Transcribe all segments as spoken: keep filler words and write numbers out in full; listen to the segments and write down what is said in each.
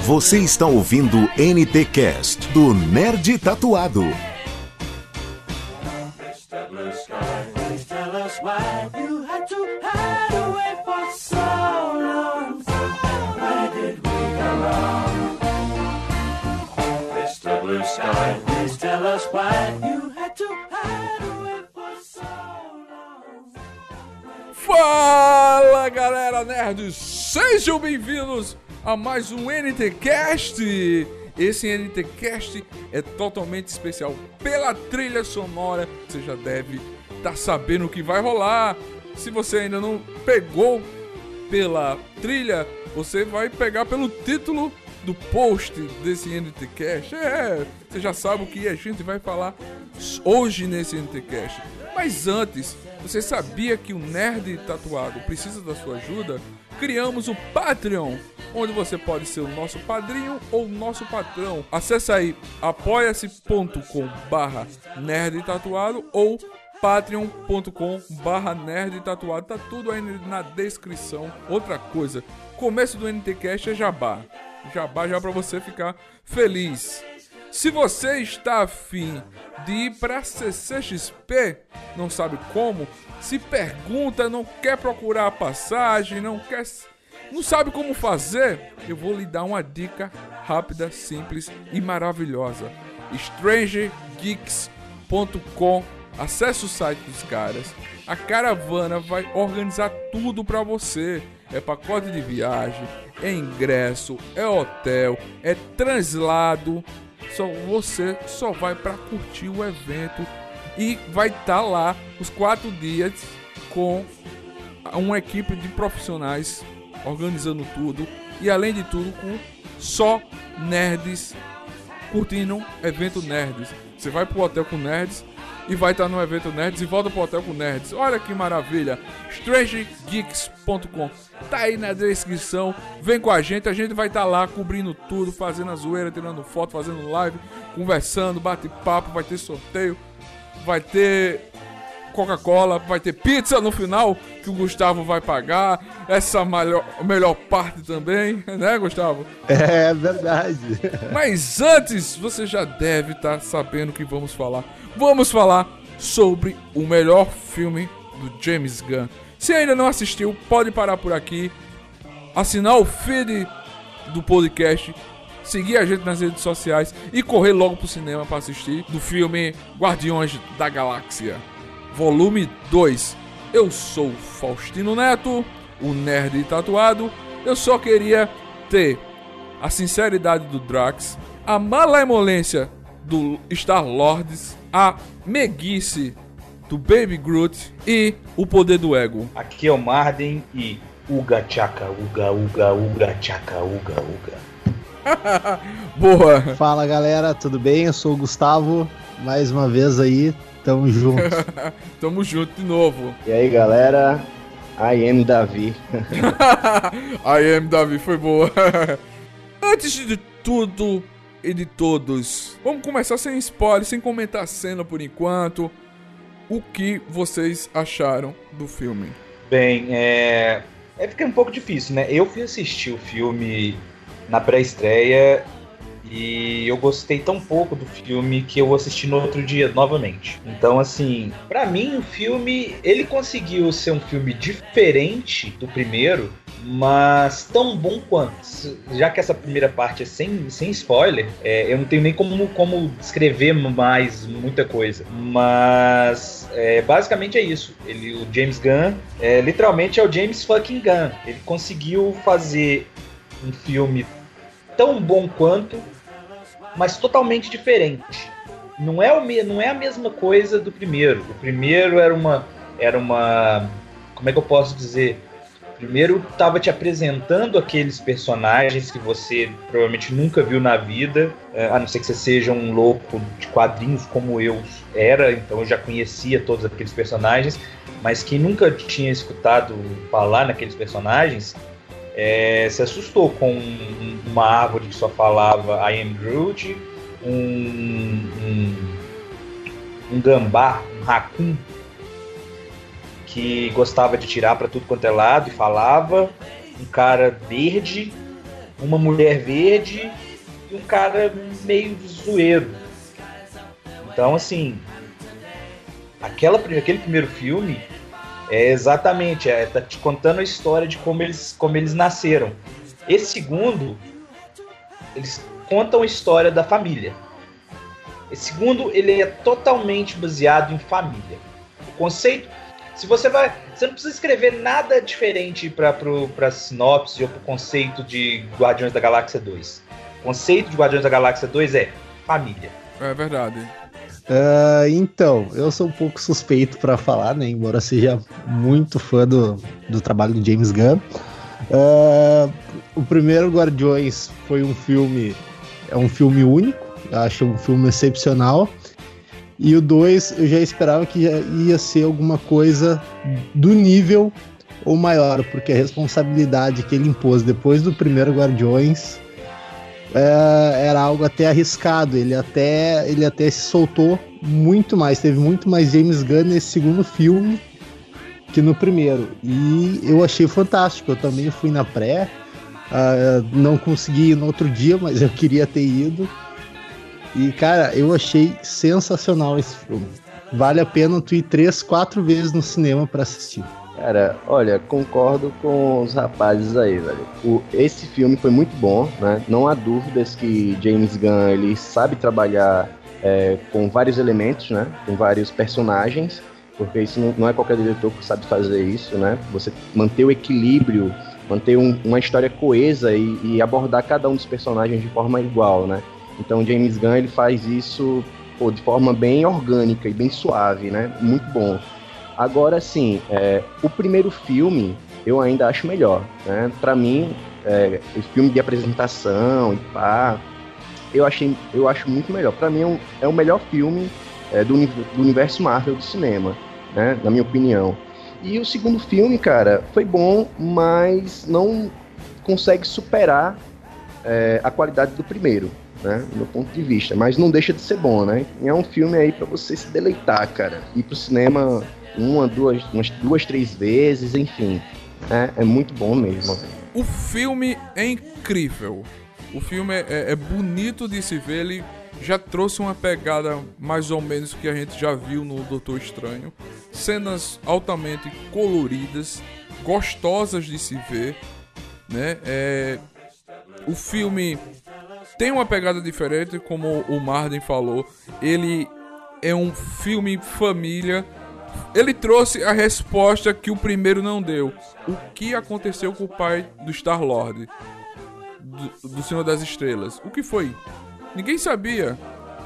Você está ouvindo N T Cast do Nerd Tatuado. Fala, galera nerds, sejam bem-vindos a mais um N T Cast. Esse N T Cast é totalmente especial pela trilha sonora. Você já deve estar sabendo o que vai rolar. Se você ainda não pegou pela trilha, você vai pegar pelo título do post desse N T Cast. É, você já sabe o que a gente vai falar hoje nesse N T Cast. Mas antes, você sabia que o Nerd Tatuado precisa da sua ajuda? Criamos o Patreon, onde você pode ser o nosso padrinho ou nosso patrão. Acesse aí apoia-se ponto com barra nerd tatuado ou patreon ponto com barra nerd tatuado. Tá tudo aí na descrição. Outra coisa, começo do N T Cast é jabá. Jabá já pra você ficar feliz. Se você está afim de ir para C C X P, não sabe como, se pergunta, não quer procurar a passagem, não quer, não sabe como fazer, eu vou lhe dar uma dica rápida, simples e maravilhosa. strange geeks ponto com. Acesse o site dos caras. A caravana vai organizar tudo para você. É pacote de viagem, é ingresso, é hotel, é translado. Só você só vai para curtir o evento e vai estar tá lá os quatro dias com uma equipe de profissionais organizando tudo e além de tudo com só nerds curtindo evento nerds. Você vai pro hotel com nerds e vai estar tá no evento nerds e volta pro hotel com nerds. Olha que maravilha! strange geeks ponto com tá aí na descrição. Vem com a gente, a gente vai estar tá lá cobrindo tudo, fazendo a zoeira, tirando foto, fazendo live, conversando, bate-papo, vai ter sorteio, vai ter Coca-Cola, vai ter pizza no final que o Gustavo vai pagar. Essa melhor, melhor parte também, né, Gustavo? É verdade. Mas antes, você já deve estar sabendo o que vamos falar. Vamos falar sobre o melhor filme do James Gunn. Se ainda não assistiu, pode parar por aqui, assinar o feed do podcast, seguir a gente nas redes sociais e correr logo pro cinema para assistir do filme Guardiões da Galáxia, volume dois. Eu sou Faustino Neto, o Nerd Tatuado. Eu só queria ter a sinceridade do Drax, a malemolência do Star-Lord, a meguice do Baby Groot e o poder do ego. Aqui é o Marden e uga tchaca, uga, uga, uga tchaca, uga, uga. Boa! Fala galera, tudo bem? Eu sou o Gustavo, mais uma vez aí, tamo junto. Tamo junto de novo. E aí galera, I am Davi. I am Davi, foi boa. Antes de tudo e de todos, vamos começar sem spoiler, sem comentar a cena por enquanto. O que vocês acharam do filme? Bem, é... é fica um pouco difícil, né? Eu fui assistir o filme na pré-estreia e eu gostei tão pouco do filme que eu assisti no outro dia novamente. Então, assim, pra mim o filme, ele conseguiu ser um filme diferente do primeiro, mas tão bom quanto. Já que essa primeira parte é sem, sem spoiler, é, eu não tenho nem como, como descrever mais muita coisa. Mas é, basicamente é isso. Ele, o James Gunn, é, literalmente é o James fucking Gunn. Ele conseguiu fazer um filme tão bom quanto, mas totalmente diferente. Não é, o me, não é a mesma coisa do primeiro. O primeiro era uma... Era uma como é que eu posso dizer? Primeiro estava te apresentando aqueles personagens que você provavelmente nunca viu na vida, a não ser que você seja um louco de quadrinhos como eu era, então eu já conhecia todos aqueles personagens, mas quem nunca tinha escutado falar naqueles personagens, é, se assustou com uma árvore que só falava I am Groot, um, um, um gambá, um raccoon, que gostava de tirar pra tudo quanto é lado e falava, um cara verde uma mulher verde e um cara meio zoeiro. Então, assim, aquela, aquele primeiro filme é exatamente, é, tá te contando a história de como eles, como eles nasceram. Esse segundo, eles contam a história da família. Esse segundo, ele é totalmente baseado em família. O conceito, se você vai, você não precisa escrever nada diferente para para sinopse ou para o conceito de Guardiões da Galáxia dois. O conceito de Guardiões da Galáxia dois é família. É verdade. Uh, então, eu sou um pouco suspeito para falar, né? Embora seja muito fã do, do trabalho do James Gunn. Uh, o primeiro Guardiões foi um filme, é um filme único, eu acho um filme excepcional. E o dois eu já esperava que já ia ser alguma coisa do nível ou maior, porque a responsabilidade que ele impôs depois do primeiro Guardiões é, era algo até arriscado. Ele até, ele até se soltou muito mais, teve muito mais James Gunn nesse segundo filme que no primeiro. E eu achei fantástico, eu também fui na pré, uh, não consegui ir no outro dia, mas eu queria ter ido. E, cara, eu achei sensacional esse filme. Vale a pena tu ir três, quatro vezes no cinema pra assistir. Cara, olha, concordo com os rapazes aí, velho. O, esse filme foi muito bom, né? Não há dúvidas que James Gunn, ele sabe trabalhar é, com vários elementos, né? Com vários personagens, porque isso não, não é qualquer diretor que sabe fazer isso, né? Você manter o equilíbrio, manter um, uma história coesa e, e abordar cada um dos personagens de forma igual, né? Então James Gunn, ele faz isso, pô, de forma bem orgânica e bem suave, né? Muito bom. Agora, sim, é, o primeiro filme eu ainda acho melhor, né? Pra mim, é, o filme de apresentação e pá, eu, achei, eu acho muito melhor. Pra mim é, um, é o melhor filme é, do, do universo Marvel do cinema, né? Na minha opinião. E o segundo filme, cara, foi bom, mas não consegue superar é, a qualidade do primeiro, né, do meu ponto de vista, mas não deixa de ser bom, né? E é um filme aí pra você se deleitar, cara, ir pro cinema uma, duas, umas duas, três vezes, enfim, né? É muito bom mesmo. O filme é incrível, o filme é, é, é bonito de se ver, ele já trouxe uma pegada mais ou menos que a gente já viu no Doutor Estranho, cenas altamente coloridas, gostosas de se ver, né? É, o filme tem uma pegada diferente, como o Marden falou. Ele é um filme família. Ele trouxe a resposta que o primeiro não deu. O que aconteceu com o pai do Star-Lord, do, do Senhor das Estrelas? O que foi? Ninguém sabia.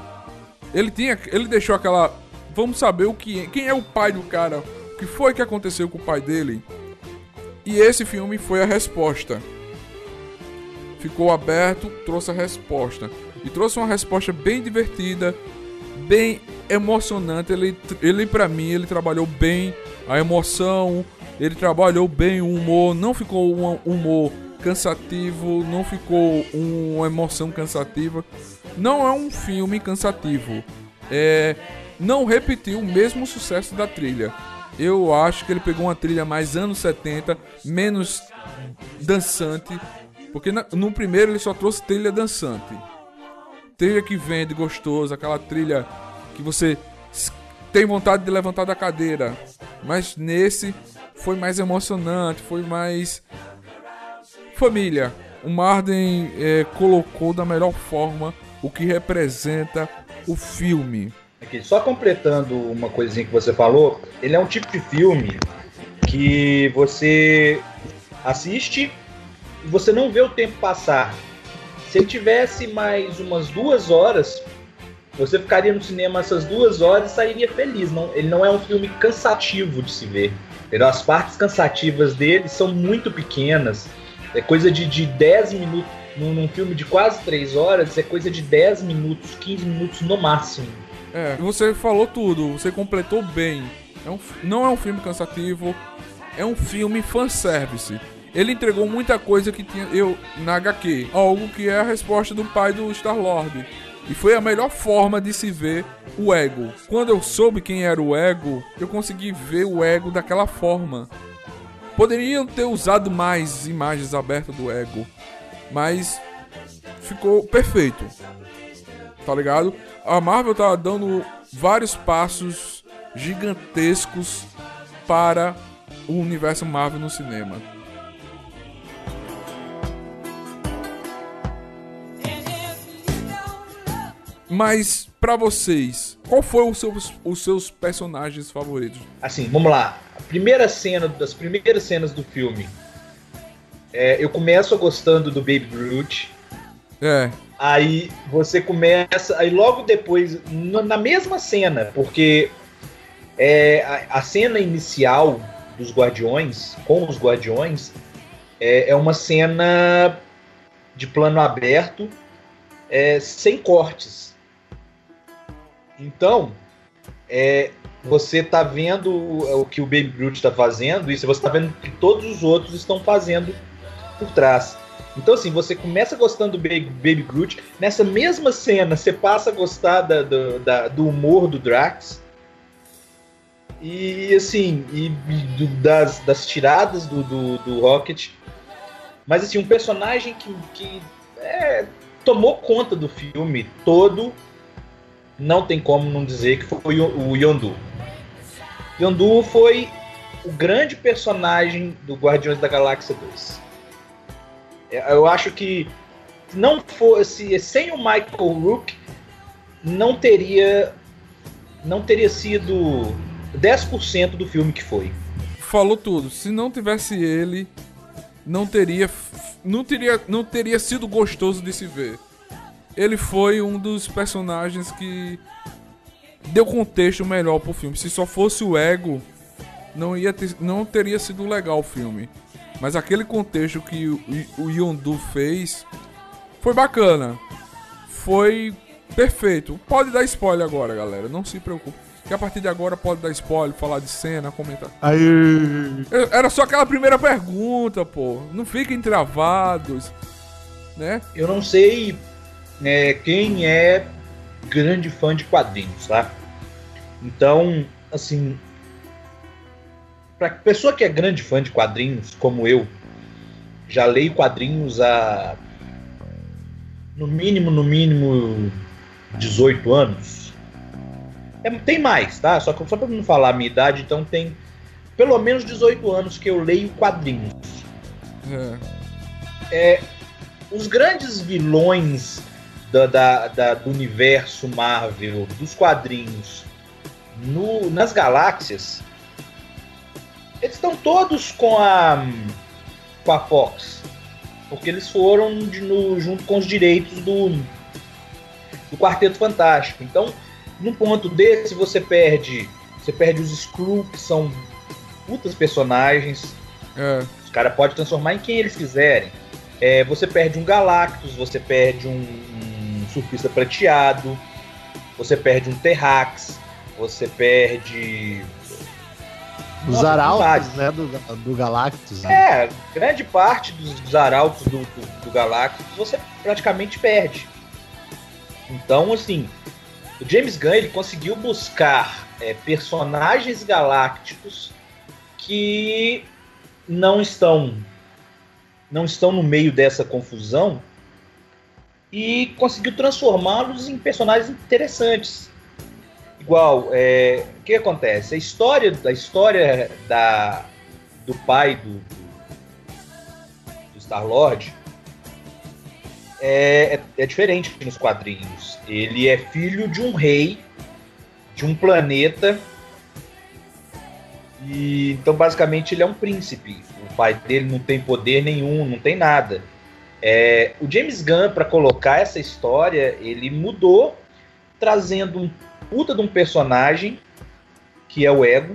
Ele tinha, ele deixou aquela... Vamos saber o que, quem é o pai do cara. O que foi que aconteceu com o pai dele? E esse filme foi a resposta. Ficou aberto, trouxe a resposta. E trouxe uma resposta bem divertida, bem emocionante. Ele, ele pra mim, ele trabalhou bem a emoção, ele trabalhou bem o humor. Não ficou um humor cansativo, não ficou uma emoção cansativa. Não é um filme cansativo. É, não repetiu o mesmo sucesso da trilha. Eu acho que ele pegou uma trilha mais anos setenta, menos dançante. Porque na, no primeiro ele só trouxe trilha dançante. Trilha que vende gostoso, aquela trilha que você tem vontade de levantar da cadeira. Mas nesse foi mais emocionante, foi mais família. O Marden é, colocou da melhor forma o que representa o filme. Aqui, só completando uma coisinha que você falou, ele é um tipo de filme que você assiste e você não vê o tempo passar. Se ele tivesse mais umas duas horas, você ficaria no cinema essas duas horas e sairia feliz. Não, ele não é um filme cansativo de se ver. As partes cansativas dele são muito pequenas. É coisa de, de dez minutos. Num, num filme de quase três horas, é coisa de dez minutos, quinze minutos no máximo. É, você falou tudo, você completou bem. É um, não é um filme cansativo, é um filme fanservice. Ele entregou muita coisa que tinha eu na agá quê, algo que é a resposta do pai do Star-Lord. E foi a melhor forma de se ver o Ego. Quando eu soube quem era o Ego, eu consegui ver o Ego daquela forma. Poderiam ter usado mais imagens abertas do Ego, Mas ficou perfeito. Tá ligado? A Marvel tá dando vários passos gigantescos para o universo Marvel no cinema. Mas, pra vocês, qual foi os seus, os seus personagens favoritos? Assim, vamos lá. A primeira cena, das primeiras cenas do filme, é, eu começo gostando do Baby Groot. É. Aí você começa, aí logo depois, na mesma cena, porque é, a, a cena inicial dos Guardiões, com os Guardiões, é, é uma cena de plano aberto, é, sem cortes. Então, é, você tá vendo o, o que o Baby Groot tá fazendo, e você tá vendo o que todos os outros estão fazendo por trás. Então, assim, você começa gostando do Baby, Baby Groot, nessa mesma cena você passa a gostar da, do, da, do humor do Drax, e, assim, e, e do, das, das tiradas do, do, do Rocket. Mas, assim, um personagem que, que é, tomou conta do filme todo, não tem como não dizer que foi o, o Yondu. Yondu foi o grande personagem do Guardiões da Galáxia dois. Eu acho que não fosse sem o Michael Rourke, não teria não teria sido dez por cento do filme que foi. Falou tudo. Se não tivesse ele, não teria não teria não teria sido gostoso de se ver. Ele foi um dos personagens que deu contexto melhor pro filme. Se só fosse o Ego, não ia ter, não teria sido legal o filme. Mas aquele contexto que o, o Yondu fez foi bacana. Foi perfeito. Pode dar spoiler agora, galera. Não se preocupe. Que a partir de agora pode dar spoiler, falar de cena, comentar. Aí. Era só aquela primeira pergunta, pô. Não fiquem travados, né? Eu não sei, né, quem é grande fã de quadrinhos, tá? Então, assim, pra pessoa que é grande fã de quadrinhos, como eu, já leio quadrinhos há no mínimo, no mínimo dezoito anos. É, tem mais, tá? Só, só pra não falar a minha idade, então tem pelo menos dezoito anos que eu leio quadrinhos. É. É, os grandes vilões da, da, da, do universo Marvel, dos quadrinhos, no, nas galáxias, eles estão todos com a, com a Fox, porque eles foram de, no, junto com os direitos do, do Quarteto Fantástico. Então, num ponto desse, você perde, você perde os Skrull, que são putas personagens. É. Os caras podem transformar em quem eles quiserem. É, você perde um Galactus, você perde um, um Surfista Prateado, você perde um Terrax, você perde... Os Nossa, arautos, né, do, do Galactus. Né? É, grande parte dos, dos arautos do, do, do Galactus você praticamente perde. Então, assim, o James Gunn ele conseguiu buscar é, personagens galácticos que não estão, não estão no meio dessa confusão e conseguiu transformá-los em personagens interessantes. Igual, é, o que acontece? A história, a história da, do pai do, do, do Star-Lord é, é, é diferente nos quadrinhos. Ele é filho de um rei de um planeta e então basicamente ele é um príncipe. O pai dele não tem poder nenhum, não tem nada. É, o James Gunn, para colocar essa história, ele mudou, trazendo um puta de um personagem que é o Ego,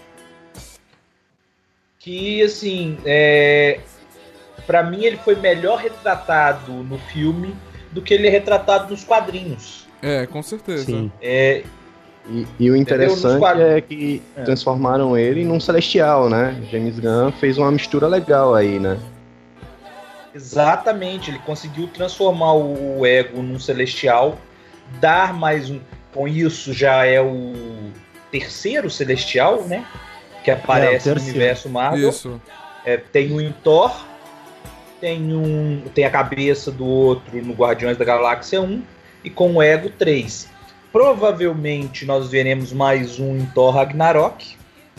que assim, é, para mim ele foi melhor retratado no filme do que ele é retratado nos quadrinhos. É, com certeza. Sim. É, E, e o interessante é que é. transformaram ele num celestial, né? James Gunn fez uma mistura legal aí, né? Exatamente, ele conseguiu transformar o Ego num celestial, dar mais um... Com isso já é o terceiro celestial, né? Que aparece é, no universo Marvel. Isso. É, tem o Thor, tem, um, tem a cabeça do outro no Guardiões da Galáxia um e com o Ego três. Provavelmente nós veremos mais um em Thor Ragnarok.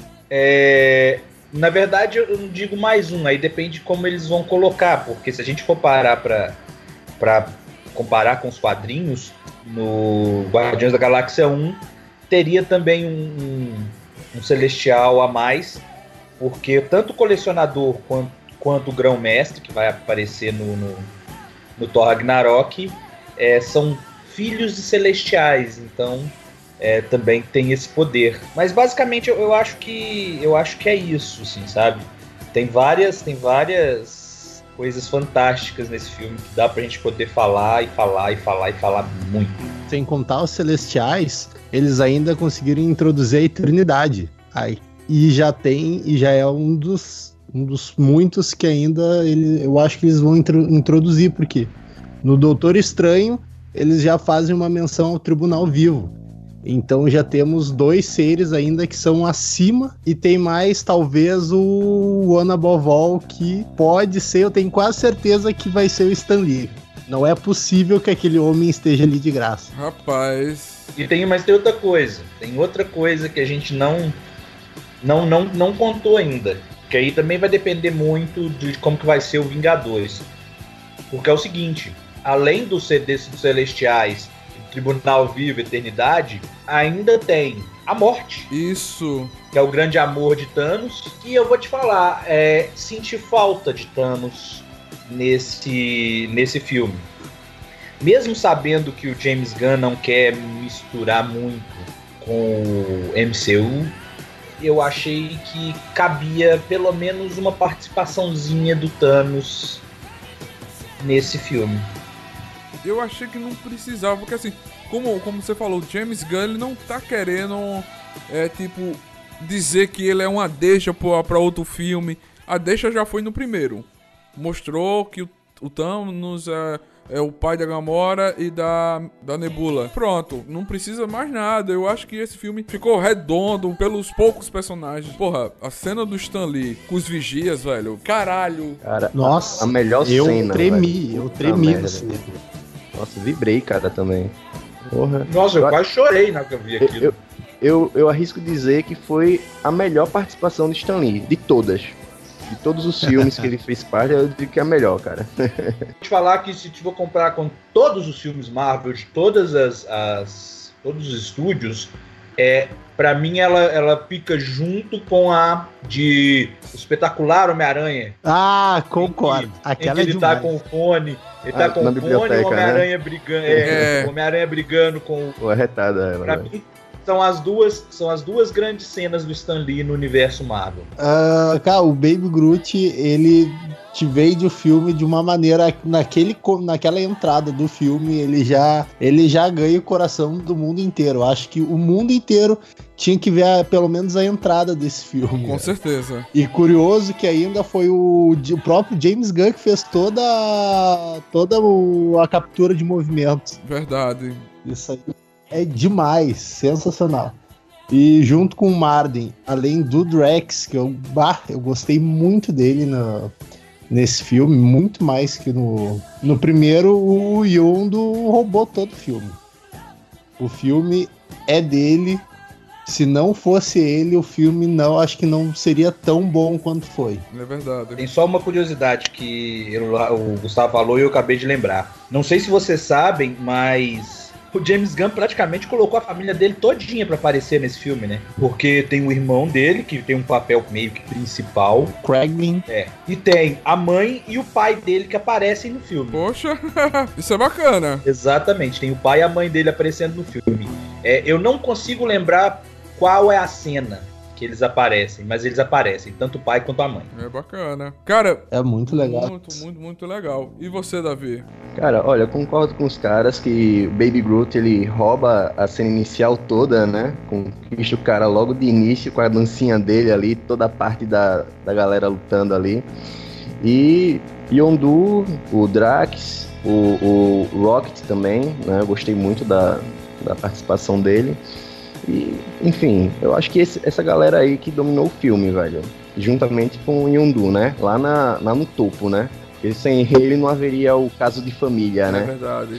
É, na verdade, eu não digo mais um, aí depende de como eles vão colocar, porque se a gente for parar para comparar com os quadrinhos, no Guardiões da Galáxia um teria também um, um, um Celestial a mais, porque tanto o Colecionador quanto, quanto o Grão-Mestre, que vai aparecer no, no, no Thor Ragnarok, é, são filhos de Celestiais, então é, também tem esse poder. Mas basicamente eu, eu acho que eu acho que é isso, assim, sabe? Tem várias, tem várias coisas fantásticas nesse filme que dá pra gente poder falar e falar e falar e falar muito. Sem contar os Celestiais, eles ainda conseguiram introduzir a Eternidade. Ai. E já tem, e já é um dos, um dos muitos que ainda ele, eu acho que eles vão intro, introduzir, porque no Doutor Estranho eles já fazem uma menção ao Tribunal Vivo. Então já temos dois seres ainda que são acima, e tem mais talvez o One Above All, que pode ser, eu tenho quase certeza que vai ser o Stan Lee. Não é possível que aquele homem esteja ali de graça. Rapaz. E tem, mas tem outra coisa. Tem outra coisa que a gente não, não, não, não contou ainda. Que aí também vai depender muito de como que vai ser o Vingadores. Porque é o seguinte, além do C D dos Celestiais, Tribunal Vivo, Eternidade, ainda tem a morte. Isso. Que é o grande amor de Thanos. E eu vou te falar, é, senti falta de Thanos nesse, nesse filme. Mesmo sabendo que o James Gunn não quer misturar muito com o M C U, eu achei que cabia pelo menos uma participaçãozinha do Thanos nesse filme. Eu achei que não precisava, porque assim, como, como você falou, o James Gunn ele não tá querendo, é, tipo, dizer que ele é uma deixa pra, pra outro filme. A deixa já foi no primeiro. Mostrou que o, o Thanos é, é o pai da Gamora e da, da Nebula. Pronto, não precisa mais nada. Eu acho que esse filme ficou redondo pelos poucos personagens. Porra, a cena do Stan Lee com os vigias, velho, caralho. Cara, Nossa, a melhor eu cena, tremi, velho. eu tremi Puta no cinema. Nossa, vibrei, cara, também. Porra. Nossa, eu Eu- quase chorei na hora que eu vi aquilo. Eu, eu, eu arrisco dizer que foi a melhor participação de Stan Lee, de todas. De todos os filmes que ele fez parte, eu digo que é a melhor, cara. Vou te falar que se for comparar com todos os filmes Marvel, de todas as, as todos os estúdios, é, pra mim ela, ela pica junto com a de o Espetacular Homem-Aranha. Ah, concordo. Em que, Aquela em que é ele tá demais. com o fone, ele tá Ah, com na o fone e biblioteca, o Homem-Aranha brigando. É. É, o Homem-Aranha brigando com o. Pô, arretada ela, Pra velho. mim, são as duas, são as duas grandes cenas do Stan Lee no universo Marvel. Ah, cara, o Baby Groot, ele te veio o filme de uma maneira, naquele, co- naquela entrada do filme, ele já, ele já ganha o coração do mundo inteiro. Eu acho que o mundo inteiro tinha que ver a- pelo menos a entrada desse filme. Com certeza. E curioso que ainda foi o, o próprio James Gunn que fez toda, toda o- a captura de movimentos. Verdade. Isso aí é demais, sensacional. E junto com o Marden, além do Drax, que eu, bah, eu gostei muito dele na, nesse filme, muito mais que no, no primeiro, o Yondo roubou todo o filme. O filme é dele. Se não fosse ele, o filme não, acho que não seria tão bom quanto foi. É verdade. Tem só uma curiosidade que eu- o Gustavo falou e eu acabei de lembrar. Não sei se vocês sabem, mas o James Gunn praticamente colocou a família dele todinha pra aparecer nesse filme, né? Porque tem o irmão dele, que tem um papel meio que principal. Kraglin, É. E tem a mãe e o pai dele que aparecem no filme. Poxa, isso é bacana. Exatamente, tem o pai e a mãe dele aparecendo no filme. É, eu não consigo lembrar qual é a cena que eles aparecem, mas eles aparecem, tanto o pai quanto a mãe. É bacana. Cara, é muito legal. muito, muito, muito legal. E você, Davi? Cara, olha, eu concordo com os caras que o Baby Groot, ele rouba a cena inicial toda, né? Conquista o cara logo de início com a dancinha dele ali, toda a parte da, da galera lutando ali. E Yondu, o Drax, o, o Rocket também, né? Eu gostei muito da, da participação dele. E, enfim, eu acho que esse- essa galera aí que dominou o filme, velho. Juntamente com o Yondu, né? Lá, na, lá no topo, né? Porque sem ele não haveria o caso de família, né? É verdade.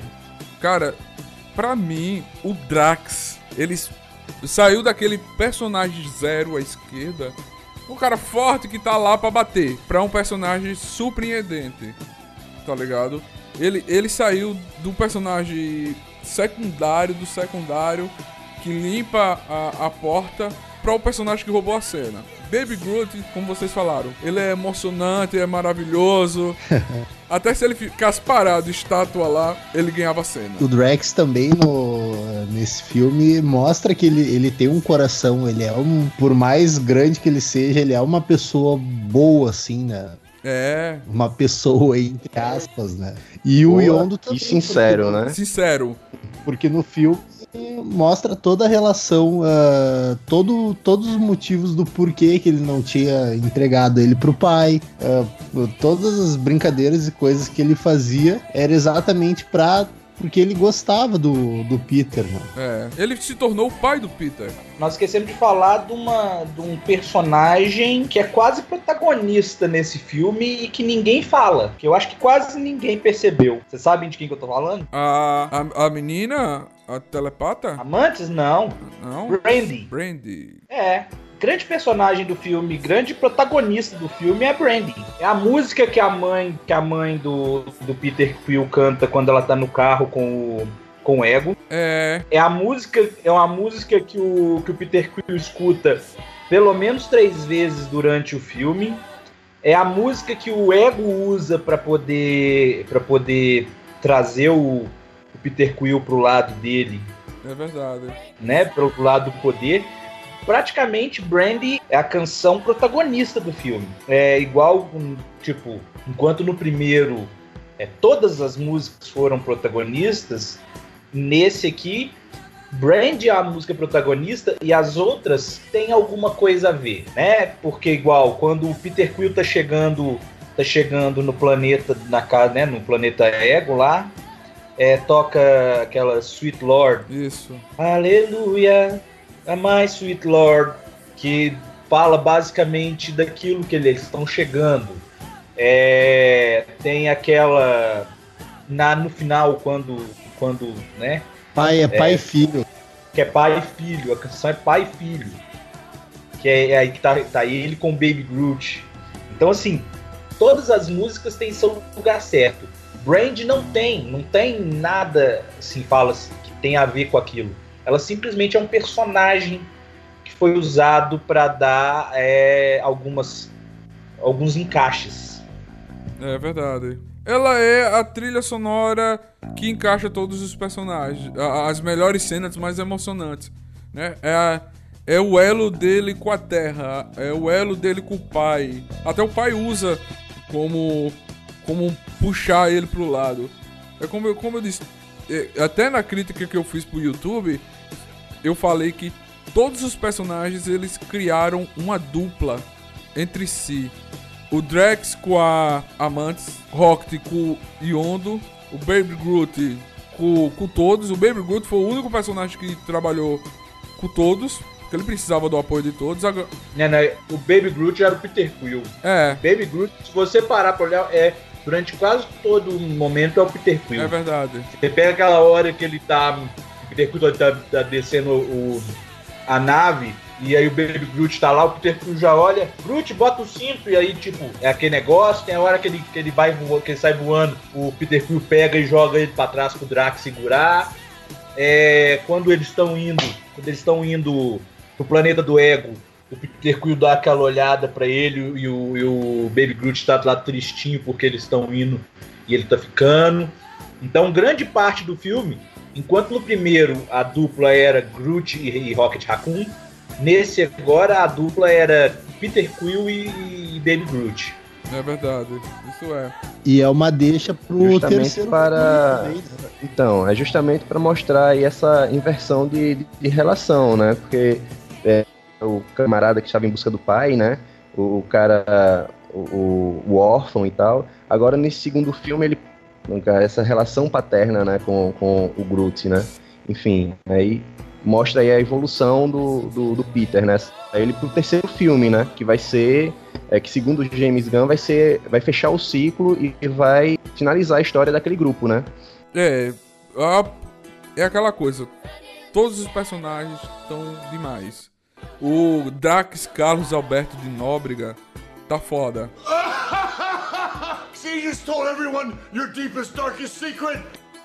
Cara, pra mim, o Drax, ele saiu daquele personagem zero à esquerda, um cara forte que tá lá pra bater, pra um personagem surpreendente, tá ligado? Ele, ele saiu do personagem secundário, do secundário, que limpa a, a porta, para o personagem que roubou a cena. Baby Groot, como vocês falaram, ele é emocionante, é maravilhoso. Até se ele ficasse parado, estátua lá, ele ganhava a cena. O Drax também, no, nesse filme, mostra que ele, ele tem um coração, ele é um... Por mais grande que ele seja, ele é uma pessoa boa, assim, né? É. Uma pessoa, entre aspas, né? E o Yondo também. E sincero, porque, né? Sincero. Porque no filme mostra toda a relação, uh, todo, todos os motivos do porquê que ele não tinha entregado ele pro pai, uh, todas as brincadeiras e coisas que ele fazia era exatamente pra... porque ele gostava do, do Peter, né? É, ele se tornou o pai do Peter. Nós esquecemos de falar de, uma, de um personagem que é quase protagonista nesse filme e que ninguém fala. Que eu acho que quase ninguém percebeu. Vocês sabem de quem que eu tô falando? A, a, a menina, a telepata? Amantes? Não. Não? Brandy. Brandy. É. Grande personagem do filme, grande protagonista do filme é a Brandy. É a música que a mãe, que a mãe do, do Peter Quill canta quando ela tá no carro com o, com o Ego. É. É a música, é uma música que o, que o Peter Quill escuta pelo menos três vezes durante o filme. É a música que o Ego usa para poder, para poder trazer o, o Peter Quill pro lado dele. É verdade. Né, pro lado do poder. Praticamente, Brandy é a canção protagonista do filme. É igual, tipo, enquanto no primeiro é, todas as músicas foram protagonistas, nesse aqui, Brandy é a música protagonista e as outras têm alguma coisa a ver, né? Porque igual, quando o Peter Quill tá chegando, tá chegando no planeta, na casa, né, no planeta Ego lá, é, toca aquela Sweet Lord. Isso. Aleluia. A My Sweet Lord, que fala basicamente daquilo que eles estão chegando. É, tem aquela na, no final, quando, quando né? Pai é pai é, e filho. Que é pai e filho, a canção é pai e filho. Que é, é aí que tá, tá ele com o Baby Groot. Então, assim, todas as músicas têm seu lugar certo. Brandy não tem, não tem nada assim, fala assim, que tem a ver com aquilo. Ela simplesmente é um personagem que foi usado para dar é, algumas, alguns encaixes. É verdade. Ela é a trilha sonora que encaixa todos os personagens. As melhores cenas mais emocionantes. Né? É, a, é o elo dele com a Terra. É o elo dele com o pai. Até o pai usa como, como puxar ele pro lado. É como eu, como eu disse... Até na crítica que eu fiz pro YouTube, eu falei que todos os personagens eles criaram uma dupla entre si. O Drax com a Amantes, Rocket com o Yondo, o Baby Groot com, com todos. O Baby Groot foi o único personagem que trabalhou com todos, porque ele precisava do apoio de todos. Agora... Não, não, o Baby Groot era o Peter Quill. É. Baby Groot, se você parar pra olhar, é... durante quase todo momento é o Peter Quill. É verdade. Você pega aquela hora que ele tá... O Peter Quill tá, tá descendo o, a nave, e aí o Baby Groot tá lá, o Peter Quill já olha, Groot, bota o cinto, e aí, tipo, é aquele negócio, tem a hora que ele, que ele vai voando, que ele sai voando, o Peter Quill pega e joga ele pra trás pro Drax segurar. É, quando eles estão indo, quando eles estão indo pro planeta do Ego, o Peter Quill dá aquela olhada pra ele e o, e o Baby Groot tá lá tristinho porque eles estão indo e ele tá ficando. Então, grande parte do filme, enquanto no primeiro a dupla era Groot e, e Rocket Raccoon, nesse agora a dupla era Peter Quill e, e Baby Groot. É verdade, isso é. E é uma deixa pro justamente terceiro para filme também, né? Então, é justamente para mostrar aí essa inversão de, de, de relação, né? Porque é, o camarada que estava em busca do pai, né? O, o cara, o, o órfão e tal. Agora, nesse segundo filme, ele essa relação paterna, né? Com, com o Groot, né? Enfim, aí mostra aí a evolução do, do, do Peter, né? Aí ele pro terceiro filme, né? Que vai ser é que, segundo o James Gunn, vai ser, vai fechar o ciclo e vai finalizar a história daquele grupo, né? É, a, é aquela coisa, todos os personagens estão demais. O Drax Carlos Alberto de Nóbrega tá foda. See, you just told everyone your deepest, darkest secret.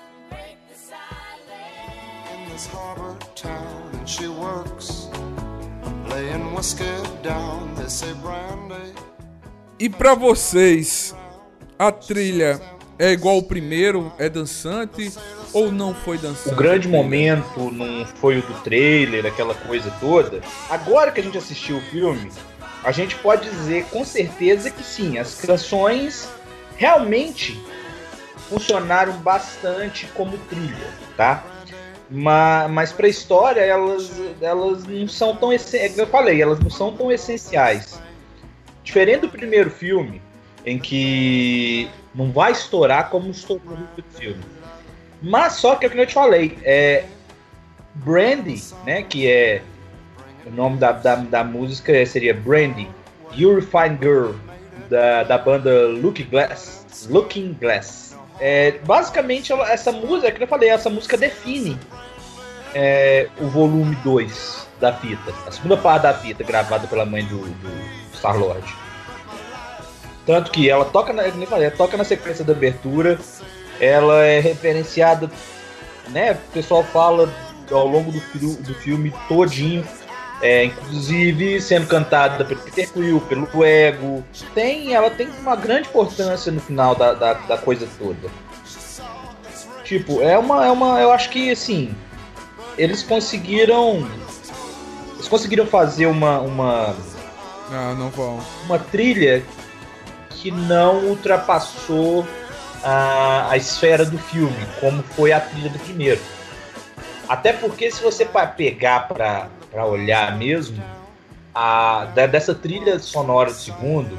In this harbor town and she works, laying whiskey down, they say brandy. E pra vocês, a trilha é igual ao primeiro? É dançante ou não foi dançante? O grande momento não foi o do trailer, aquela coisa toda. Agora que a gente assistiu o filme, a gente pode dizer com certeza que sim, as canções realmente funcionaram bastante como trilha, tá? Mas, mas pra história, elas, elas não são tão essenciais. Eu falei, elas não são tão essenciais. Diferente do primeiro filme, em que não vai estourar como estourou no filme. Mas só que é o que eu te falei, é Brandy, né, que é o nome da, da, da música seria Brandy, You're a Fine Girl, da, da banda Looking Glass. Looking Glass. É, basicamente, ela, essa música, que eu falei, essa música define é, o volume dois da fita, a segunda parte da fita, gravada pela mãe do, do Star-Lord. Tanto que ela toca na, como eu falei, ela toca na sequência da abertura, ela é referenciada, né? O pessoal fala ao longo do, do filme todinho, é, inclusive sendo cantada pelo Peter Quill, pelo Ego. Tem, ela tem uma grande importância no final da, da, da coisa toda. Tipo, é uma, é uma, eu acho que assim, eles conseguiram, eles conseguiram fazer uma, uma, ah, não vão. uma trilha que não ultrapassou a, a esfera do filme, como foi a trilha do primeiro. Até porque se você pegar pra, pra olhar mesmo, a, da, dessa trilha sonora do segundo,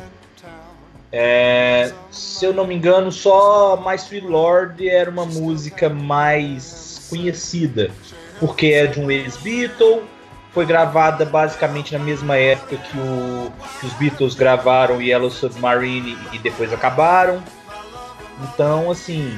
é, se eu não me engano, só My Sweet Lord era uma música mais conhecida, porque é de um ex-Beatle, foi gravada basicamente na mesma época que, o, que os Beatles gravaram Yellow Submarine e depois acabaram. Então, assim,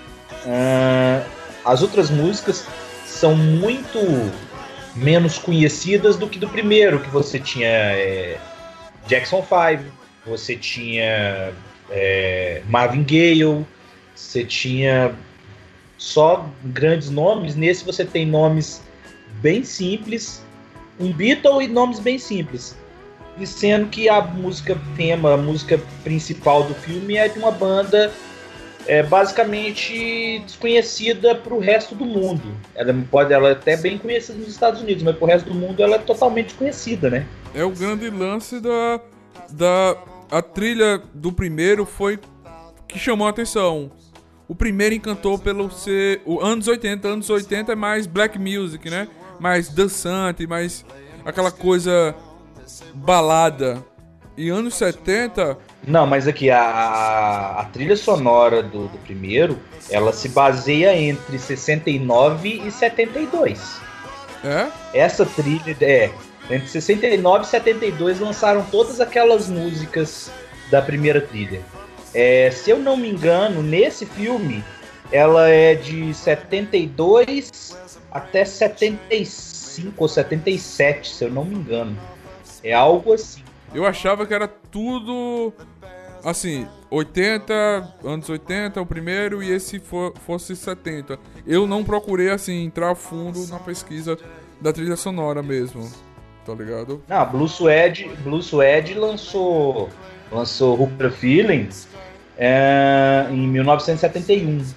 uh, as outras músicas são muito menos conhecidas do que do primeiro, que você tinha é, Jackson five, você tinha é, Marvin Gaye, você tinha só grandes nomes. Nesse você tem nomes bem simples, um Beatle e nomes bem simples. E sendo que a música tema, a música principal do filme é de uma banda é, basicamente desconhecida para o resto do mundo. Ela pode, ela é até bem conhecida nos Estados Unidos, mas para o resto do mundo ela é totalmente desconhecida, né? É o grande lance da, da a trilha do primeiro foi que chamou a atenção. O primeiro encantou pelo ser o anos oitenta, anos oitenta é mais black music, né? Mais dançante, mais aquela coisa balada. E anos setenta... Não, mas aqui, a, a trilha sonora do, do primeiro, ela se baseia entre sessenta e nove e setenta e dois. É? Essa trilha, é, entre sessenta e nove e setenta e dois lançaram todas aquelas músicas da primeira trilha. É, se eu não me engano, nesse filme, ela é de setenta e dois até setenta e cinco ou setenta e sete, se eu não me engano. É algo assim. Eu achava que era tudo, assim, oitenta, anos oitenta, o primeiro, e esse for, fosse setenta. Eu não procurei, assim, entrar a fundo na pesquisa da trilha sonora mesmo, tá ligado? Não, Blue Suede, Blue Suede lançou, lançou Hooker Feelings é, em mil novecentos e setenta e um.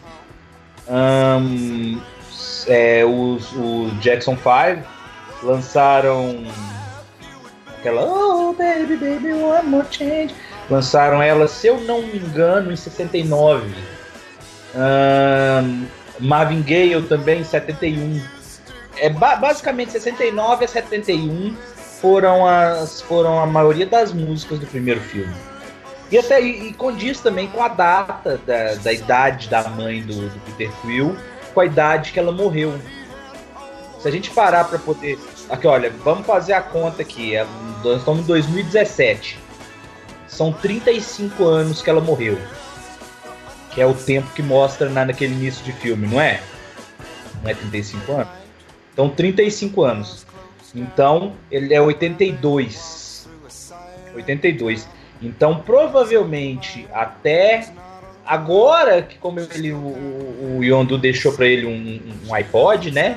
Um, é, os, os Jackson five lançaram aquela Oh Baby Baby One More Change, lançaram ela, se eu não me engano, em sessenta e nove. um, Marvin Gaye também em setenta e um. É, ba- basicamente sessenta e nove a setenta e um foram, as, foram a maioria das músicas do primeiro filme. E até e, e condiz também com a data da, da idade da mãe do, do Peter Quill, com a idade que ela morreu. Se a gente parar para poder... Aqui, olha, vamos fazer a conta aqui. Nós estamos em dois mil e dezessete. são trinta e cinco anos que ela morreu. Que é o tempo que mostra na, naquele início de filme, não é? Não é trinta e cinco anos? Então, trinta e cinco anos. Então, ele é oitenta e dois. oitenta e dois. Então, provavelmente, até agora, que como ele, o, o Yondu deixou pra ele um, um iPod, né?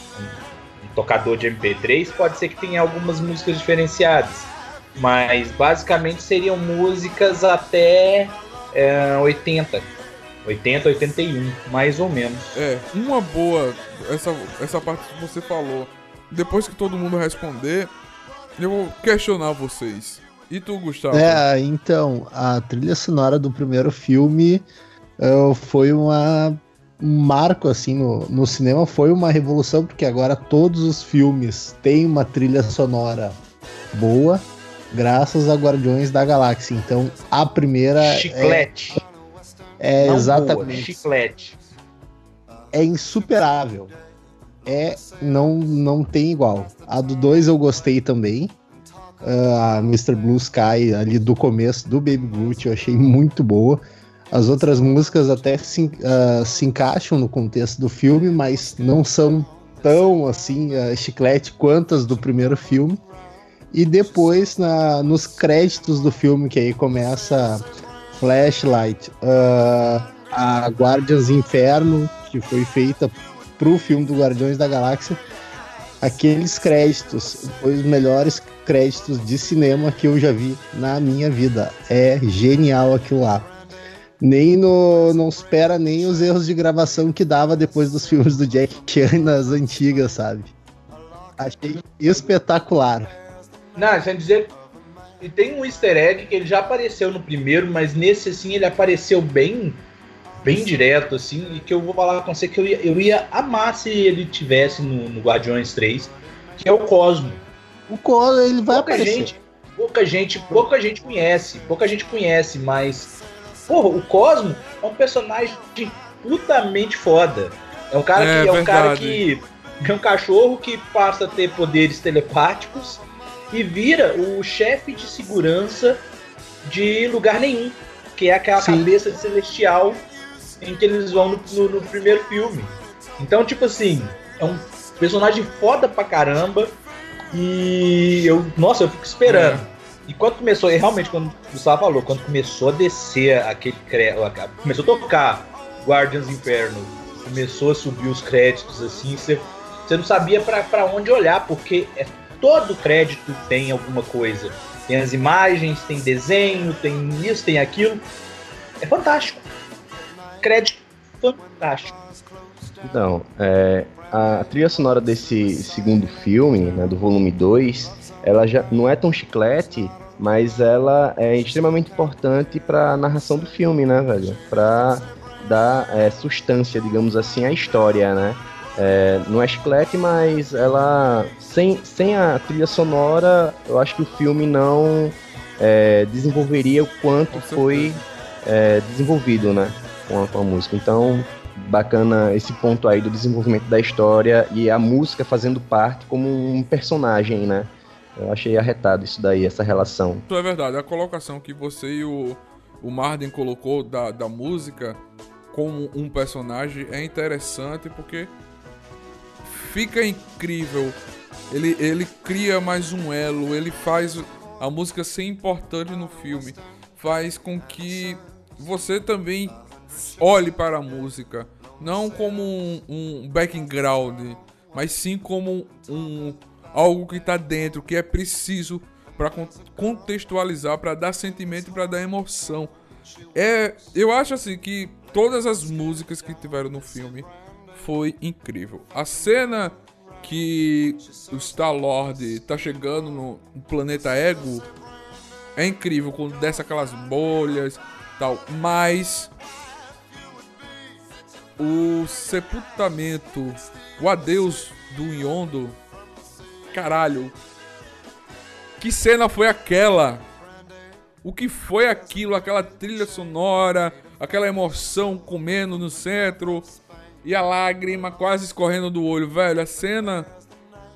Um, um tocador de M P três, pode ser que tenha algumas músicas diferenciadas. Mas, basicamente, seriam músicas até é, oitenta. oitenta, oitenta e um, mais ou menos. É, uma boa, essa, essa parte que você falou. Depois que todo mundo responder, eu vou questionar vocês. E tu, Gustavo? É, então, a trilha sonora do primeiro filme uh, foi uma, um marco, assim, no, no cinema. Foi uma revolução, porque agora todos os filmes têm uma trilha sonora boa, graças a Guardiões da Galáxia. Então, a primeira... Chiclete. É, é Não exatamente. Boa, chiclete. É insuperável. É, não, não tem igual. A do dois eu gostei também. Uh, a mister Blue Sky ali do começo do Baby Groot eu achei muito boa. As outras músicas até se, uh, se encaixam no contexto do filme, mas não são tão assim uh, chiclete quanto as do primeiro filme. E depois na, nos créditos do filme, que aí começa Flashlight, uh, a Guardians Inferno, que foi feita pro filme do Guardiões da Galáxia. Aqueles créditos, os melhores créditos de cinema que eu já vi na minha vida. É genial aquilo lá. Nem no, não espera nem os erros de gravação que dava depois dos filmes do Jack Chan nas antigas, sabe? Achei espetacular. Não, sem dizer... E tem um easter egg que ele já apareceu no primeiro, mas nesse, assim, ele apareceu bem... bem direto, assim, e que eu vou falar com você que eu ia, eu ia amar se ele tivesse no, no Guardiões três, que é o Cosmo. O Cosmo, ele vai pouca aparecer. Gente, pouca gente, pouca gente conhece, pouca gente conhece, mas porra, o Cosmo é um personagem putamente foda. É um cara É, que é um verdade. cara que é um cachorro que passa a ter poderes telepáticos e vira o chefe de segurança de lugar nenhum, que é aquela Sim. cabeça de celestial em que eles vão no, no, no primeiro filme. Então, tipo assim, é um personagem foda pra caramba. E eu, nossa, eu fico esperando. É. E quando começou, e realmente, quando o Gustavo falou, quando começou a descer aquele crédito, começou a tocar Guardians Inferno, começou a subir os créditos assim, você, você não sabia pra, pra onde olhar, porque é, todo crédito tem alguma coisa. Tem as imagens, tem desenho, tem isso, tem aquilo. É fantástico. Crédito fantástico. Então, é, a trilha sonora desse segundo filme, né, do volume dois, ela já não é tão chiclete, mas ela é extremamente importante para a narração do filme, né, velho? Para dar é, substância, digamos assim, à história, né? É, não é chiclete, mas ela, sem, sem a trilha sonora, eu acho que o filme não é, desenvolveria o quanto foi é, desenvolvido, né? Com a, com a música. Então, bacana esse ponto aí do desenvolvimento da história e a música fazendo parte como um personagem, né? Eu achei arretado isso daí, essa relação. Isso é verdade, a colocação que você e o, o Marden colocou da, da música como um personagem é interessante porque fica incrível. Ele, ele cria mais um elo, ele faz a música ser importante no filme, faz com que você também olhe para a música, não como um, um background, mas sim como um, algo que está dentro, que é preciso para contextualizar, para dar sentimento e para dar emoção. É, eu acho assim que todas as músicas que tiveram no filme foi incrível. A cena que o Star-Lord tá chegando no planeta Ego é incrível, quando desce aquelas bolhas tal, mas o sepultamento, o adeus do Yondu, caralho, que cena foi aquela? O que foi aquilo? Aquela trilha sonora, aquela emoção comendo no centro e a lágrima quase escorrendo do olho, velho. A cena,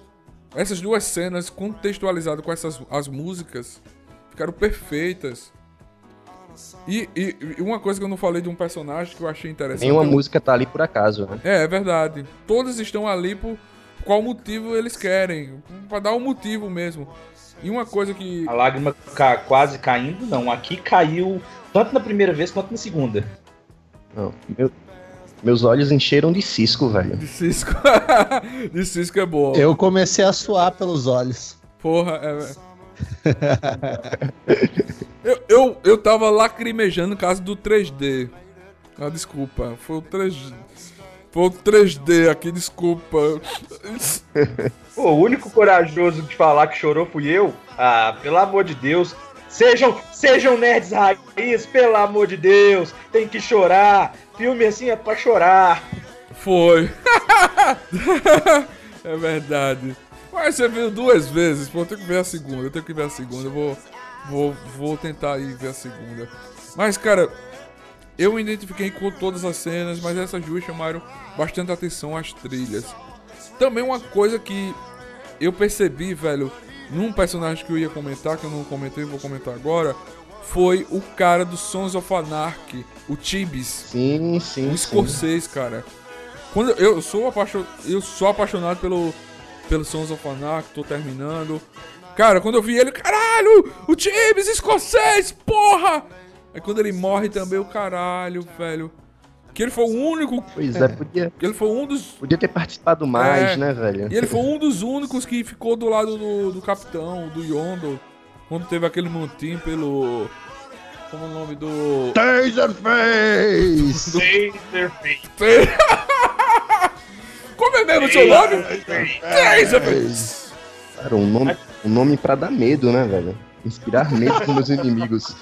essas duas cenas contextualizadas com essas as músicas ficaram perfeitas. E, e, e uma coisa que eu não falei de um personagem que eu achei interessante... Nenhuma eu... música tá ali por acaso, né? É, é verdade. Todas estão ali por qual motivo eles querem. Pra dar um motivo mesmo. E uma coisa que... A lágrima ca- quase caindo, não. Aqui caiu tanto na primeira vez quanto na segunda. Não, meu, meus olhos encheram de cisco, velho. De Cisco. De Cisco é boa. Eu comecei a suar pelos olhos. Porra, é... eu, eu, eu tava lacrimejando no caso do três D. Ah, desculpa. Foi o três D. Foi o três D aqui, desculpa. Pô, o único corajoso de falar que chorou fui eu. Ah, pelo amor de Deus. Sejam, sejam nerds raiz, pelo amor de Deus. Tem que chorar. Filme assim é pra chorar. Foi. É verdade. Mas você viu duas vezes, pô, eu tenho que ver a segunda, eu tenho que ver a segunda, eu vou, vou, vou tentar ir ver a segunda. Mas, cara, eu me identifiquei com todas as cenas, mas essas duas chamaram bastante atenção às trilhas. Também uma coisa que eu percebi, velho, num personagem que eu ia comentar, que eu não comentei, vou comentar agora, foi o cara do Sons of Anarchy, o Tibis. Sim, sim, Um escocês, cara. Quando eu, eu, sou apaixon... eu sou apaixonado pelo... pelo Sons of Anarchy, tô terminando. Cara, quando eu vi ele, caralho, o Tibis escocês, porra! Aí quando ele morre também, o caralho, velho. Que ele foi o único... Pois é, podia, Que ele foi um dos... podia ter participado mais, É, né, velho? E ele foi um dos únicos que ficou do lado do, do capitão, do Yondu. Quando teve aquele montinho pelo... Como é o nome do... Taserface! Taserface. Como é mesmo o seu nome? Taserface! Cara, um nome, um nome pra dar medo, né, velho? Inspirar medo nos meus inimigos.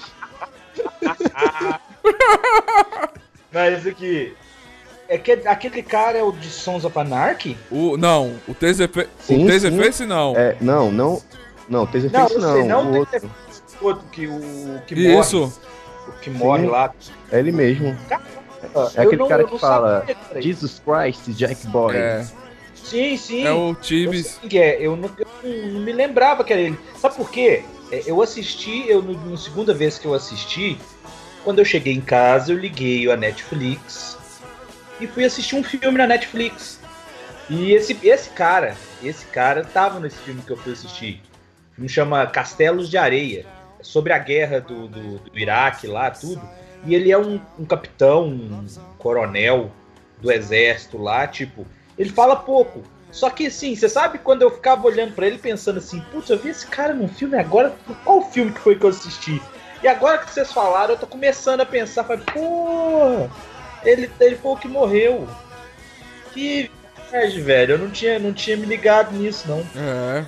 Mas isso aqui... É que aquele cara é o de Sons of Anarchy? O, não, o Taserface... Sim, O Taserface não. É, não, não... Não, Não, Taserface eu não, sei, não o tem outro. Taserface, o outro que, o, que Isso. morre. O que morre Sim. lá. É ele mesmo. É Eu aquele não- cara eu que não fala sabia, cara. Jesus Christ, Jack Boy. É, Sim, sim. é o Eu Tibis. sei que é. Eu não, eu não me lembrava que era ele. Sabe por quê? É, Eu assisti, eu no, na segunda vez que eu assisti, quando eu cheguei em casa, eu liguei a Netflix e fui assistir um filme na Netflix. E esse, esse cara, esse cara tava nesse filme que eu fui assistir. O filme chama Castelos de Areia. É sobre a guerra do, do, do Iraque lá, tudo. E ele é um, um capitão, um coronel do exército lá, tipo... Ele fala pouco. Só que assim, você sabe quando eu ficava olhando pra ele pensando assim, putz, eu vi esse cara num filme agora, qual o filme que foi que eu assisti? E agora que vocês falaram, eu tô começando a pensar, falei, pô, ele, ele foi o que morreu. Que verdade, velho, eu não tinha, não tinha me ligado nisso, não. É.